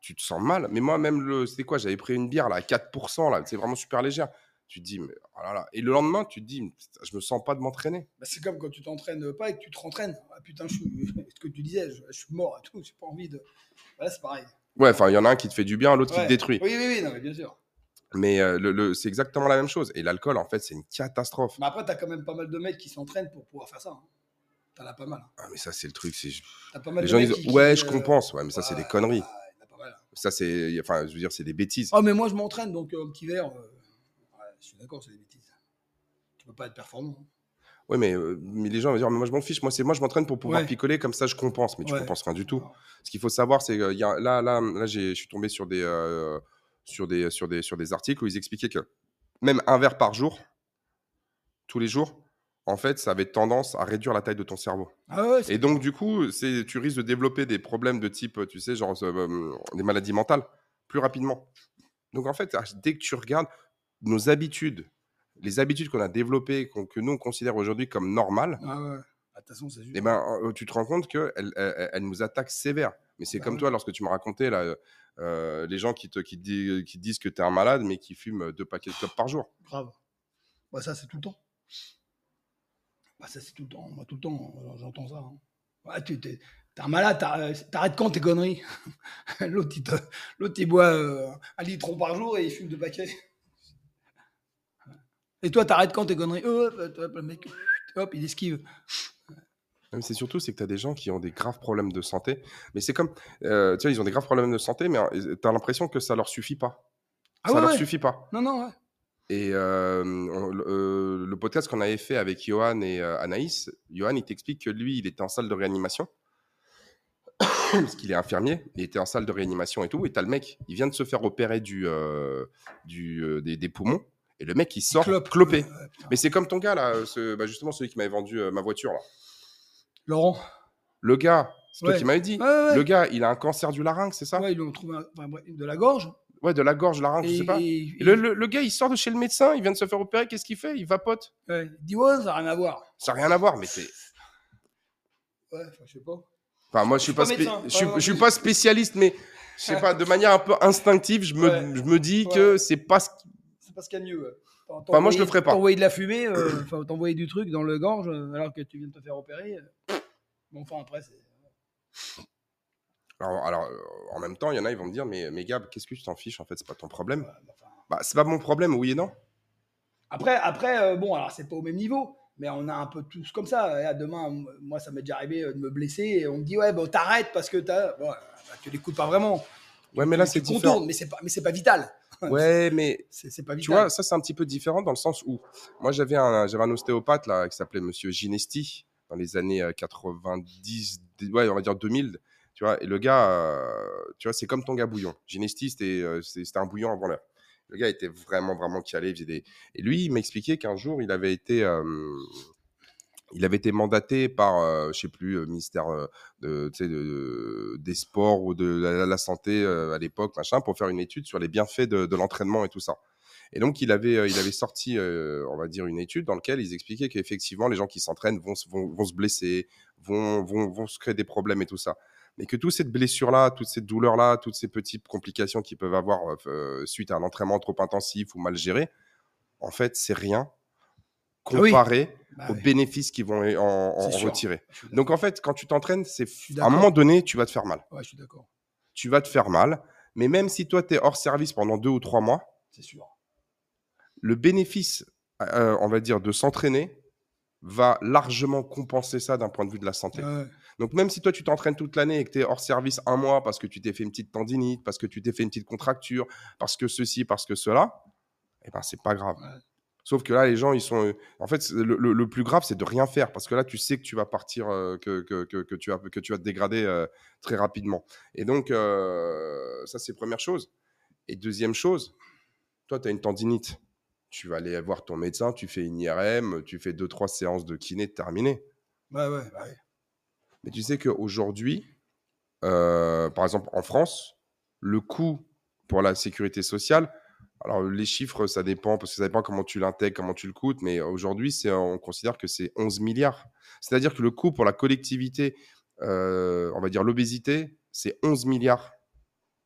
tu te sens mal. Mais moi, même, le, c'était quoi? J'avais pris une bière là, à quatre pour cent, là, c'est vraiment super légère. Tu te dis, mais oh là là. Et le lendemain, tu te dis, je me sens pas de m'entraîner. Bah, c'est comme quand tu t'entraînes pas et que tu te rentraînes. Ah, putain, je suis, ce que tu disais, je, je suis mort et tout, j'ai pas envie de. Voilà, c'est pareil. Ouais, enfin, il y en a un qui te fait du bien, l'autre Ouais. qui te détruit. Oui, oui, oui, non, mais bien sûr. Mais euh, le, le, c'est exactement la même chose. Et l'alcool, en fait, c'est une catastrophe. Mais après, t'as quand même pas mal de mecs qui s'entraînent pour pouvoir faire ça. Hein. T'en as pas mal. Hein. Ah, mais ça, c'est le truc. C'est... T'as pas mal Les de gens mecs disent, qui, ouais, qui, je euh, compense. Ouais, mais ça, ouais, c'est des conneries. bah, il y en a pas mal. Ça, c'est, enfin, je veux dire, c'est des bêtises. Oh, mais moi, je m'entraîne, donc euh, un petit verre. euh, ouais, je suis d'accord, c'est des bêtises. Tu peux pas être performant. Hein. Oui, mais, euh, mais les gens vont dire, mais moi, je m'en fiche. Moi, c'est, moi je m'entraîne pour pouvoir Ouais. picoler, comme ça, je compense. Mais tu Ouais. compenses rien du tout. Non. Ce qu'il faut savoir, c'est que y a, là, là, là j'ai, je suis tombé sur des, euh, sur, des, sur, des, sur des articles où ils expliquaient que même un verre par jour, tous les jours, en fait, ça avait tendance à réduire la taille de ton cerveau. Ah ouais, c'est Et donc, du coup, c'est, tu risques de développer des problèmes de type, tu sais, genre euh, des maladies mentales plus rapidement. Donc, en fait, dès que tu regardes nos habitudes, les habitudes qu'on a développées, qu'on, que nous, on considère aujourd'hui comme normales, Ah ouais. Ah, de toute façon, c'est juste. eh ben, euh, tu te rends compte qu'elles elles, elles, elles nous attaquent sévère. Mais c'est Bah comme ouais. toi, lorsque tu m'as raconté, là, euh, les gens qui te, qui, te di- qui te disent que tu es un malade, mais qui fument deux paquets de clopes par jour. Grave. Bah, ça, c'est tout le temps. Bah, ça, c'est tout le temps. Moi, tout le temps, euh, j'entends ça. Hein. Ouais, tu t'es, t'es un malade, t'ar- t'arrêtes quand tes conneries. L'autre, il, te, l'autre, il boit euh, un litron par jour et il fume deux paquets. Et toi, t'arrêtes quand tes conneries. Hop, hop, hop, le mec, hop, il esquive. Mais c'est surtout, c'est que tu as des gens qui ont des graves problèmes de santé. Mais c'est comme, euh, tu vois, ils ont des graves problèmes de santé, mais tu as l'impression que ça leur suffit pas. Ah Ça ouais, leur ouais. suffit pas. Non, non, ouais. Et euh, on- euh, le podcast qu'on avait fait avec Johan et euh, Anaïs, Johan, il t'explique que lui, il était en salle de réanimation, parce qu'il est infirmier, il était en salle de réanimation et tout, et t'as le mec, il vient de se faire opérer du, euh, du, euh, des, des poumons, et le mec, il sort Clope. clopé. Ouais, ouais, putain. Mais c'est comme ton gars, là, ce, bah, justement, celui qui m'avait vendu euh, ma voiture, là. Laurent. Le gars, c'est toi Ouais. qui m'avais dit, Ouais, ouais, ouais. le gars, il a un cancer du larynx, c'est ça? Ouais, ils lui ont trouvé un- enfin, bref, de la gorge. Ouais, de la gorge, larynx, Et, je sais pas. et- Et le, et- le- le gars, il sort de chez le médecin, il vient de se faire opérer, qu'est-ce qu'il fait? Il vapote. ouais, il dit ouais, ça n'a rien à voir. Ça n'a rien à voir, mais c'est. Ouais, enfin, je sais pas. Enfin, moi, je suis pas, suis spé- pas médecin. je suis, Ouais, je suis ouais. pas spécialiste, mais je sais pas, de manière un peu instinctive, je me, Ouais. je me dis Ouais. que c'est pas. ce- C'est pas ce qu'il y a de mieux. Ouais. T'en- Enfin, moi, je le t'envoyer- ferais pas. T'envoyer de la fumée, euh, enfin, t'envoyer du truc dans le gorge euh, alors que tu viens de te faire opérer. euh. Bon, enfin, après, c'est. Alors, alors, euh, en même temps, il y en a, ils vont me dire, mais, mais Gab, qu'est-ce que tu t'en fiches? En fait, c'est pas ton problème. Ouais, bah, enfin. Bah, c'est pas mon problème, oui et non. Après, après euh, bon, alors c'est pas au même niveau, mais on a un peu tous comme ça. Et à demain, m- moi, ça m'est déjà arrivé euh, de me blesser et on me dit ouais, bon, t'arrêtes parce que t'as. Bon, euh, bah, tu l'écoutes pas vraiment. Ouais, Tu- mais là, tu- c'est tu différent. contournes, mais c'est pas, mais c'est pas vital. Ouais, mais c'est, c'est pas vital. tu vois, ça, c'est un petit peu différent dans le sens où moi, j'avais un, j'avais un ostéopathe là, qui s'appelait Monsieur Ginesti dans les années euh, quatre-vingt-dix, ouais, on va dire deux mille. Tu vois, et le gars, euh, tu vois, c'est comme ton gars Bouillon. Ginesti, c'était, euh, c'est- c'était un bouillon avant l'heure. Le gars était vraiment, vraiment calé. Il faisait des... Et lui, il m'expliquait qu'un jour, il avait été, euh, il avait été mandaté par, euh, je sais plus, euh, ministère euh, de, tu sais, de- des sports ou de la, la santé euh, à l'époque, machin, pour faire une étude sur les bienfaits de, de l'entraînement et tout ça. Et donc, il avait, euh, il avait sorti, euh, on va dire, une étude dans laquelle ils expliquaient qu'effectivement, les gens qui s'entraînent vont, se- vont, vont se blesser, vont, vont, vont se créer des problèmes et tout ça. Mais que toutes ces blessures-là, toutes ces douleurs-là, toutes ces petites complications qu'ils peuvent avoir euh, suite à un entraînement trop intensif ou mal géré, en fait, c'est rien Ah oui. comparé Bah aux oui. bénéfices qu'ils vont en, en- C'est en sûr. retirer. Je suis d'accord. Donc, en fait, quand tu t'entraînes, c'est suis à un d'accord. moment donné, tu vas te faire mal. Ouais, je suis d'accord. Tu vas te faire mal. Mais même si toi, tu es hors service pendant deux ou trois mois, C'est sûr. le bénéfice, euh, on va dire, de s'entraîner va largement compenser ça d'un point de vue de la santé. Ouais. Donc, même si toi, tu t'entraînes toute l'année et que tu es hors service un mois parce que tu t'es fait une petite tendinite, parce que tu t'es fait une petite contracture, parce que ceci, parce que cela, eh ben, c'est pas grave. Ouais. Sauf que là, les gens, ils sont. euh, En fait, c'est- le, le- le plus grave, c'est de rien faire parce que là, tu sais que tu vas partir, euh, que, que, que, que tu vas, que tu vas te dégrader euh, très rapidement. Et donc, euh, ça, c'est première chose. Et deuxième chose, toi, tu as une tendinite. Tu vas aller voir ton médecin, tu fais une I R M, tu fais deux, trois séances de kiné, terminé. Ouais, ouais, bah ouais. Mais tu sais qu'aujourd'hui, euh, par exemple, en France, le coût pour la sécurité sociale, alors les chiffres, ça dépend, parce que ça dépend comment tu l'intègres, comment tu le coûtes, mais aujourd'hui, c'est, on considère que c'est onze milliards. C'est-à-dire que le coût pour la collectivité, euh, on va dire l'obésité, c'est onze milliards.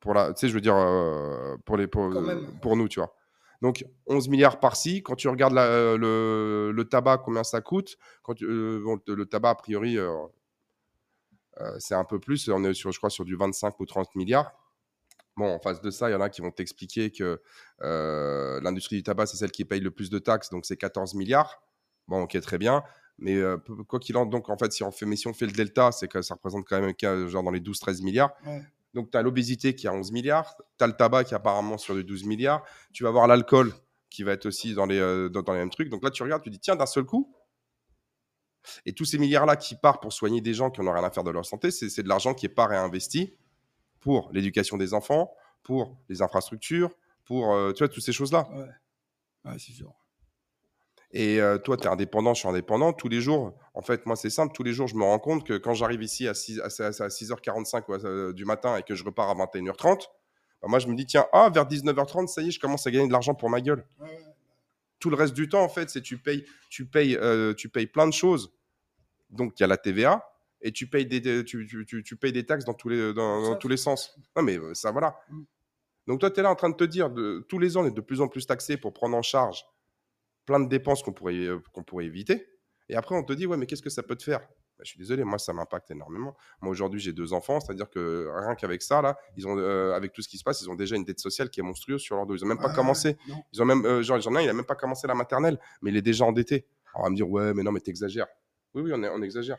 Pour la, tu sais, je veux dire, euh, pour, les, pour, Quand même. pour nous, tu vois. Donc, onze milliards par-ci. Quand tu regardes la, le, le tabac, combien ça coûte, quand tu, euh, bon, le tabac, a priori, euh, euh, c'est un peu plus. On est, sur, je crois, sur du vingt-cinq ou trente milliards. Bon, en face de ça, il y en a qui vont t'expliquer que euh, l'industrie du tabac, c'est celle qui paye le plus de taxes, donc c'est quatorze milliards. Bon, ok, très bien. Mais euh, quoi qu'il en soit, donc en fait, si on fait, mais si on fait le delta, c'est que ça représente quand même genre dans les douze treize milliards. Ouais. Donc, tu as l'obésité qui a onze milliards, tu as le tabac qui est apparemment sur les douze milliards, tu vas avoir l'alcool qui va être aussi dans les, euh, dans, dans les mêmes trucs. Donc là, tu regardes, tu dis, tiens, d'un seul coup, et tous ces milliards-là qui partent pour soigner des gens qui n'ont rien à faire de leur santé, c'est, c'est de l'argent qui n'est pas réinvesti pour l'éducation des enfants, pour les infrastructures, pour euh, tu vois, toutes ces choses-là. Ouais, ouais, c'est sûr. Et euh, toi, tu es indépendant, je suis indépendant. Tous les jours, en fait, moi, c'est simple. Tous les jours, je me rends compte que quand j'arrive ici à, six, à, à six heures quarante-cinq ouais, euh, du matin et que je repars à vingt et une heures trente, bah, moi, je me dis, tiens, ah, vers dix-neuf heures trente, ça y est, je commence à gagner de l'argent pour ma gueule. Ouais. Tout le reste du temps, en fait, c'est tu payes, tu payes, euh, tu payes plein de choses. Donc, il y a la T V A et tu payes des, tu, tu, tu, tu payes des taxes dans tous les, dans, dans tous les sens. Non, mais ça, voilà. Mm. Donc, toi, tu es là en train de te dire, de, tous les ans, on est de plus en plus taxés pour prendre en charge plein de dépenses qu'on pourrait, euh, qu'on pourrait éviter. Et après, on te dit, ouais, mais qu'est-ce que ça peut te faire? Bah, je suis désolé, moi, ça m'impacte énormément. Moi, aujourd'hui, j'ai deux enfants, c'est-à-dire que rien qu'avec ça, là, ils ont, euh, avec tout ce qui se passe, ils ont déjà une dette sociale qui est monstrueuse sur leur dos. Ils n'ont même pas ah, commencé. Non. Ils ont même, euh, genre, j'en ai un, il n'a même pas commencé la maternelle, mais il est déjà endetté. Alors, on va me dire, ouais, mais non, mais t'exagères. Oui, oui, on, est, on exagère.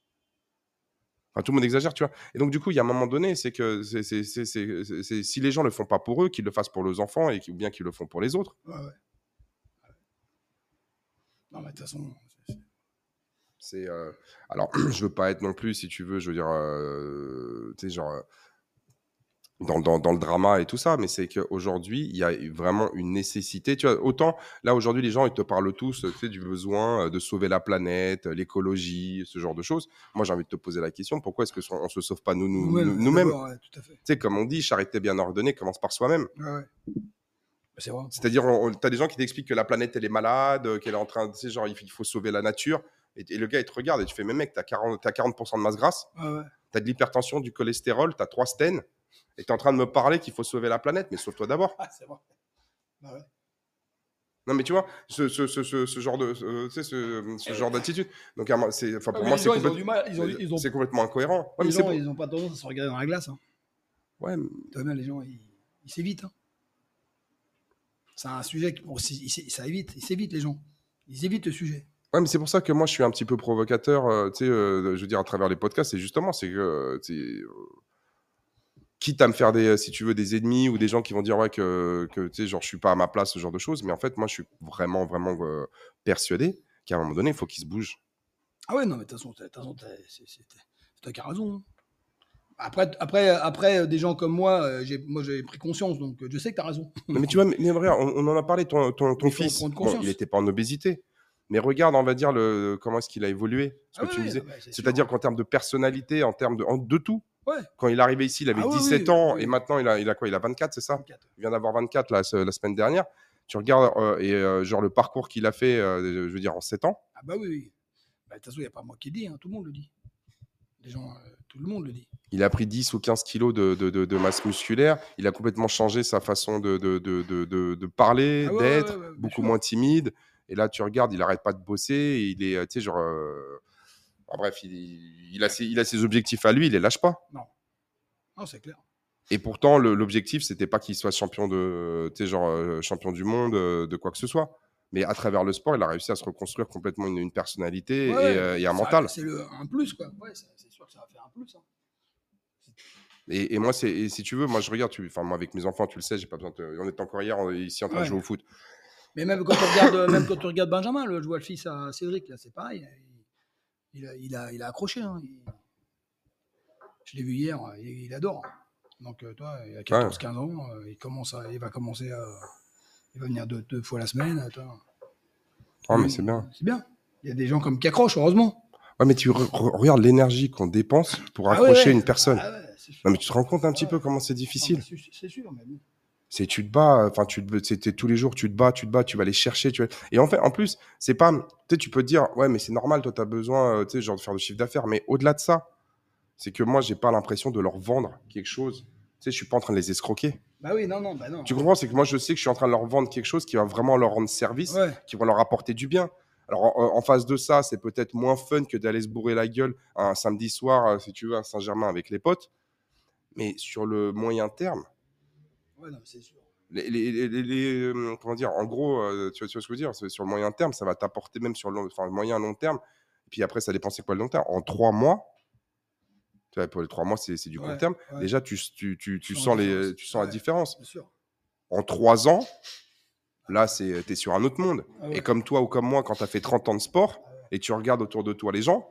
Enfin, tout le monde exagère, tu vois. Et donc, du coup, il y a un moment donné, c'est que c'est, c'est, c'est, c'est, c'est, c'est, si les gens ne le font pas pour eux, qu'ils le fassent pour leurs enfants, et, ou bien qu'ils le font pour les autres. Ouais, ouais. Non, mais de toute façon. C'est, c'est euh... alors, je veux pas être non plus, si tu veux, je veux dire, euh, tu sais, genre. Euh, Dans, dans, dans le drama et tout ça, mais c'est qu'aujourd'hui, il y a vraiment une nécessité. Tu vois, autant, là, aujourd'hui, les gens, ils te parlent tous, tu sais, du besoin de sauver la planète, l'écologie, ce genre de choses. Moi, j'ai envie de te poser la question, pourquoi est-ce qu'on ne se sauve pas nous, nous, nous-mêmes, nous, nous-mêmes ouais, tout à fait. Tu sais, comme on dit, charité bien ordonnée commence par soi-même. Ouais, ouais. C'est vrai. C'est-à-dire, tu as des gens qui t'expliquent que la planète, elle est malade, qu'elle est en train de, tu sais, genre, il faut sauver la nature. Et, et le gars, il te regarde et tu fais, mais mec, tu as quarante, t'as quarante pour cent de masse grasse, ouais, ouais. tu as de l'hypertension, du cholestérol, tu as trois stènes. Et tu es en train de me parler qu'il faut sauver la planète, mais sauve-toi d'abord. Ah, c'est vrai. Bah ouais. Non, mais tu vois, ce, ce, ce, ce, ce genre de, ce, ce, ce genre d'attitude. Donc, c'est, enfin, pour ah, moi, c'est, complète... ils ont, ils ont... c'est complètement incohérent. Ouais, les gens, ils n'ont pas tendance à se regarder dans la glace. Hein. Ouais. Mais... Bien, les gens, ils, ils s'évitent. Hein. C'est un sujet qui, bon, ça évite, ils s'évitent les gens. Ils évitent le sujet. Ouais, mais c'est pour ça que moi, je suis un petit peu provocateur, euh, tu sais, euh, je veux dire, à travers les podcasts, c'est justement, c'est que, euh, quitte à me faire des, si tu veux, des ennemis ou des gens qui vont dire ouais que, que tu sais, genre je suis pas à ma place, ce genre de choses. Mais en fait, moi, je suis vraiment, vraiment euh, persuadé qu'à un moment donné, il faut qu'ils se bougent. Ah ouais, non, mais de toute façon, t'as qu'à raison. Après, après, après, des gens comme moi, j'ai, moi, j'ai pris conscience, donc je sais que t'as raison. Non, mais tu vois, mais, mais regarde, on, on en a parlé, ton, ton, ton fils, bon, il n'était pas en obésité. Mais regarde, on va dire, le, comment est-ce qu'il a évolué, ce que ah tu oui, me disais. Bah, c'est-à-dire sûr. Qu'en termes de personnalité, en termes de, en, de tout, ouais. Quand il est arrivé ici, il avait ah, dix-sept oui, ans oui, et oui. maintenant, il a, il a quoi? Il a vingt-quatre, c'est ça? vingt-quatre. Il vient d'avoir vingt-quatre la, la semaine dernière. Tu regardes, euh, et euh, genre le parcours qu'il a fait, euh, je veux dire, en sept ans. Ah bah oui, oui. Bah, de toute façon, il n'y a pas moi qui le dis, hein, tout le monde le dit. Les gens, euh, tout le monde le dit. Il a pris dix ou quinze kilos de, de, de, de masse musculaire. Il a complètement changé sa façon de, de, de, de, de, de parler, ah ouais, d'être, ouais, ouais, beaucoup sûr. moins timide. Et là, tu regardes, il n'arrête pas de bosser. Et il est, tu sais, genre... Euh... Enfin, bref, il, il, a ses, il a ses objectifs à lui, il les lâche pas. Non. Non, c'est clair. Et pourtant, le, l'objectif, c'était pas qu'il soit champion de, tu sais, genre euh, champion du monde, euh, de quoi que ce soit. Mais à travers le sport, il a réussi à se reconstruire complètement une, une personnalité ouais, et, euh, et un mental. C'est le, un plus, quoi. Ouais, c'est, c'est sûr que ça va faire un plus. Hein. Et, et moi, c'est, et si tu veux, moi, je regarde, tu, enfin, moi, avec mes enfants, tu le sais, j'ai pas besoin de, on était encore hier ici en train ouais. de jouer au foot. Mais même quand tu regardes, même quand tu regardes Benjamin, le, je vois le fils à Cédric, là, c'est pareil. Il, il, a, il, a, il a accroché. Hein. Il, je l'ai vu hier, il, il adore. Donc, euh, toi, il a quatorze quinze ouais. ans, euh, il, commence à, il va commencer à. Il va venir deux, deux fois la semaine. Toi. Oh, mais c'est bien. C'est bien. Il y a des gens comme qui accrochent, heureusement. Ouais, mais tu re- re- regardes l'énergie qu'on dépense pour accrocher ah ouais, ouais. une personne. Ah ouais, non, mais tu te rends compte un petit ouais. peu comment c'est difficile. Non, c'est, c'est sûr, mais bon. C'est tu te bats, enfin tu te, c'était tous les jours tu te bats, tu te bats, tu vas aller chercher, tu vas... et en fait en plus c'est pas, tu sais tu peux te dire ouais mais c'est normal, toi t'as besoin, tu sais genre de faire du chiffre d'affaires, mais au-delà de ça, c'est que moi j'ai pas l'impression de leur vendre quelque chose sais, je suis pas en train de les escroquer. Bah oui, non, non, bah non. Tu comprends? C'est que moi, je sais que je suis en train de leur vendre quelque chose qui va vraiment leur rendre service, Ouais. qui va leur apporter du bien. Alors, en, en face de ça, c'est peut-être moins fun que d'aller se bourrer la gueule un samedi soir, euh, si tu veux, à Saint-Germain avec les potes. Mais sur le moyen terme, Ouais, non, c'est sûr. les, les, les, les- les, euh, comment dire, en gros, euh, tu, vois, tu vois ce que je veux dire? C'est sur le moyen terme, ça va t'apporter même sur le, long- enfin, le moyen long terme. Et puis après, ça dépend c'est quoi le long terme. En trois mois, tu vois, pour les trois mois, c'est c'est du court Ouais, terme. ouais. Déjà, tu, tu, tu, tu Sens sens, la les, différence. tu sens la Ouais, différence. bien sûr. En trois ans, là, c'est, t'es sur un autre monde. Ah ouais. Et comme toi ou comme moi, quand tu as fait trente ans de sport Ah ouais, et tu regardes autour de toi les gens,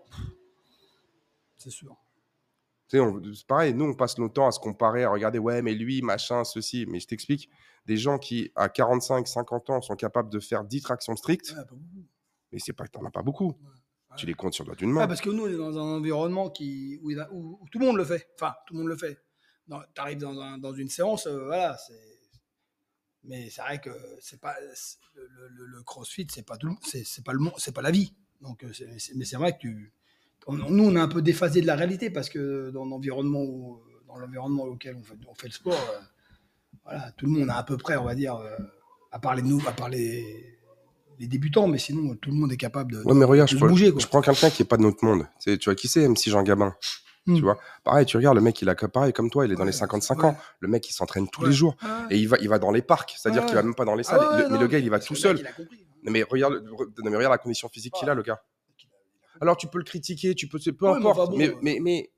c'est sûr. tu sais, on- c'est pareil, nous, on passe notre temps à se comparer, à regarder, ouais, mais lui, machin, ceci. Mais je t'explique, des gens qui, à quarante-cinq, cinquante ans, sont capables de faire dix tractions strictes, Ouais, pas beaucoup. mais c'est pas que t'en as pas beaucoup. Ouais. Tu les comptes sur le doigt d'une Ouais, main. parce que nous, on est dans un environnement qui, où, il a- où- où tout le monde le fait. Enfin, tout le monde le fait. Tu arrives dans, un- dans une séance, euh, voilà, c'est. Mais c'est vrai que c'est pas c'est- le, le- le CrossFit, c'est pas tout, le- c'est c'est pas le monde, c'est pas la vie. Donc, euh, c'est- c'est- mais c'est vrai que tu, on- nous, on est un peu déphasé de la réalité parce que dans l'environnement, où- dans l'environnement auquel on fait, on fait le sport, euh, voilà, tout le monde a à peu près, on va dire, euh, à part les nous, à part les, les débutants, mais sinon, tout le monde est capable de, Ouais, mais de- regarde, de je, se prends- bouger, quoi. je prends quelqu'un qui est pas de notre monde. Tu sais, tu vois qui c'est, M C Jean Gabin. Hmm. Tu vois, pareil, tu regardes le mec, il a que pareil comme toi, il est dans Ouais, les cinquante-cinq ouais. ans. Le mec, il s'entraîne tous Ouais. les jours Ah, et il va, il va dans les parcs, c'est-à-dire ouais. qu'il va même pas dans les Ah salles. ouais, Le- mais non, le gars, il y va parce tout que le seul. mec, il a compris. Non, mais regarde, re- non, mais regarde la condition physique qu'il a, le gars. Alors, tu peux le critiquer, tu peux, c'est peu Ouais, mais importe. enfin bon, mais, euh, mais, mais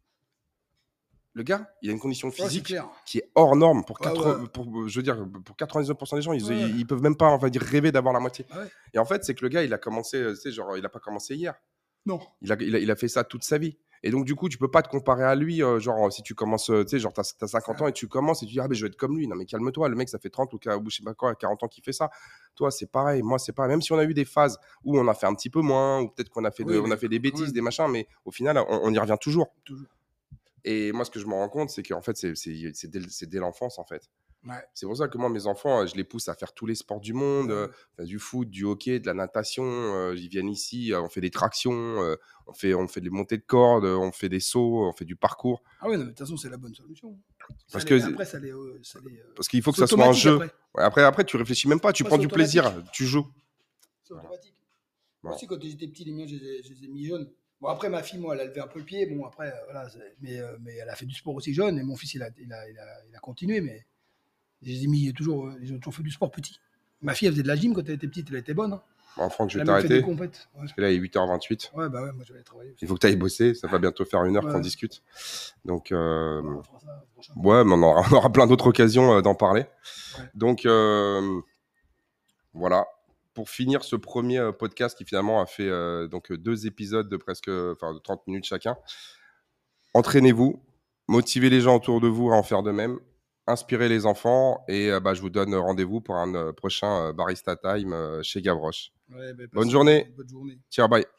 le gars, il a une condition ouais, c'est physique clair. qui est hors norme pour, Ouais, quatre, ouais. pour, je veux dire, pour quatre-vingt-dix-neuf pour cent des gens. Ils, Ouais. ils, ils peuvent même pas, on va dire, rêver d'avoir la moitié. Ah ouais. Et en fait, c'est que le gars, il a commencé, euh, tu sais, genre, il a pas commencé hier. Non. Il a, il, a, il a fait ça toute sa vie. Et donc, du coup, tu peux pas te comparer à lui. Euh, genre, si tu commences, euh, tu sais, genre, t'as as cinquante ans et tu commences et tu dis, ah, ben, je vais être comme lui. Non, mais calme-toi. Le mec, ça fait trente ou, ou je sais pas quoi, quarante ans qu'il fait ça. Toi, c'est pareil. Moi, c'est pareil. Même si on a eu des phases où on a fait un petit peu moins, ou peut-être qu'on a fait, de, Oui, on a fait des quand bêtises, même. des machins, mais au final, on, on y revient toujours. Toujours. Et moi, ce que je me rends compte, c'est qu'en fait, c'est c'est- c'est dès, c'est dès l'enfance, en fait. Ouais. C'est pour ça que moi, mes enfants, euh, je les pousse à faire tous les sports du monde, Ouais, euh, ouais. enfin, du foot, du hockey, de la natation. euh, ils viennent ici, euh, on fait des tractions, euh, on, fait, on fait des montées de cordes, euh, on fait des sauts, on fait du parcours. Ah ouais, non, mais de toute façon, c'est la bonne solution. Parce Ça que- les- après, ça les. euh, ça les, euh, Parce qu'il faut que c'est ça soit un automatique jeu. après. Ouais, après, après, tu réfléchis même pas, tu Ouais, prends c'est du plaisir, automatique. tu joues. C'est Voilà. automatique. Bon. Moi aussi, quand j'étais petit, les miens, je les, ai, je les ai mis jeunes. Bon, après, ma fille, moi, elle a levé un peu le pied. Bon, après, euh, voilà. c'est- Mais, euh, mais elle a fait du sport aussi jeune. Et mon fils, il a, il a, il a, il a continué. Mais je les ai mis toujours. euh, Ils ont toujours fait du sport petit. Ma fille, elle faisait de la gym quand elle était petite. Elle était bonne. Hein. Bon, Franck, je Elle vais a même fait des t'arrêter. compètes. Ouais. Parce que là, il est huit heures vingt-huit. Ouais, bah ouais, moi, je vais aller travailler aussi. Il faut que tu ailles bosser. Ça va bientôt faire une heure Ouais. qu'on discute. Donc, euh, On fera ça au prochain. ouais, mais on aura, on aura plein d'autres occasions euh, d'en parler. Ouais. Donc, euh, voilà. Pour finir ce premier euh, podcast qui finalement a fait euh, donc deux épisodes de presque enfin, de trente minutes chacun, entraînez-vous, motivez les gens autour de vous à en faire de même, inspirez les enfants et euh, bah, je vous donne rendez-vous pour un euh, prochain euh, Barista Time euh, chez Gavroche. Ouais, bah, Bonne passez journée. une bonne journée. Ciao, bye.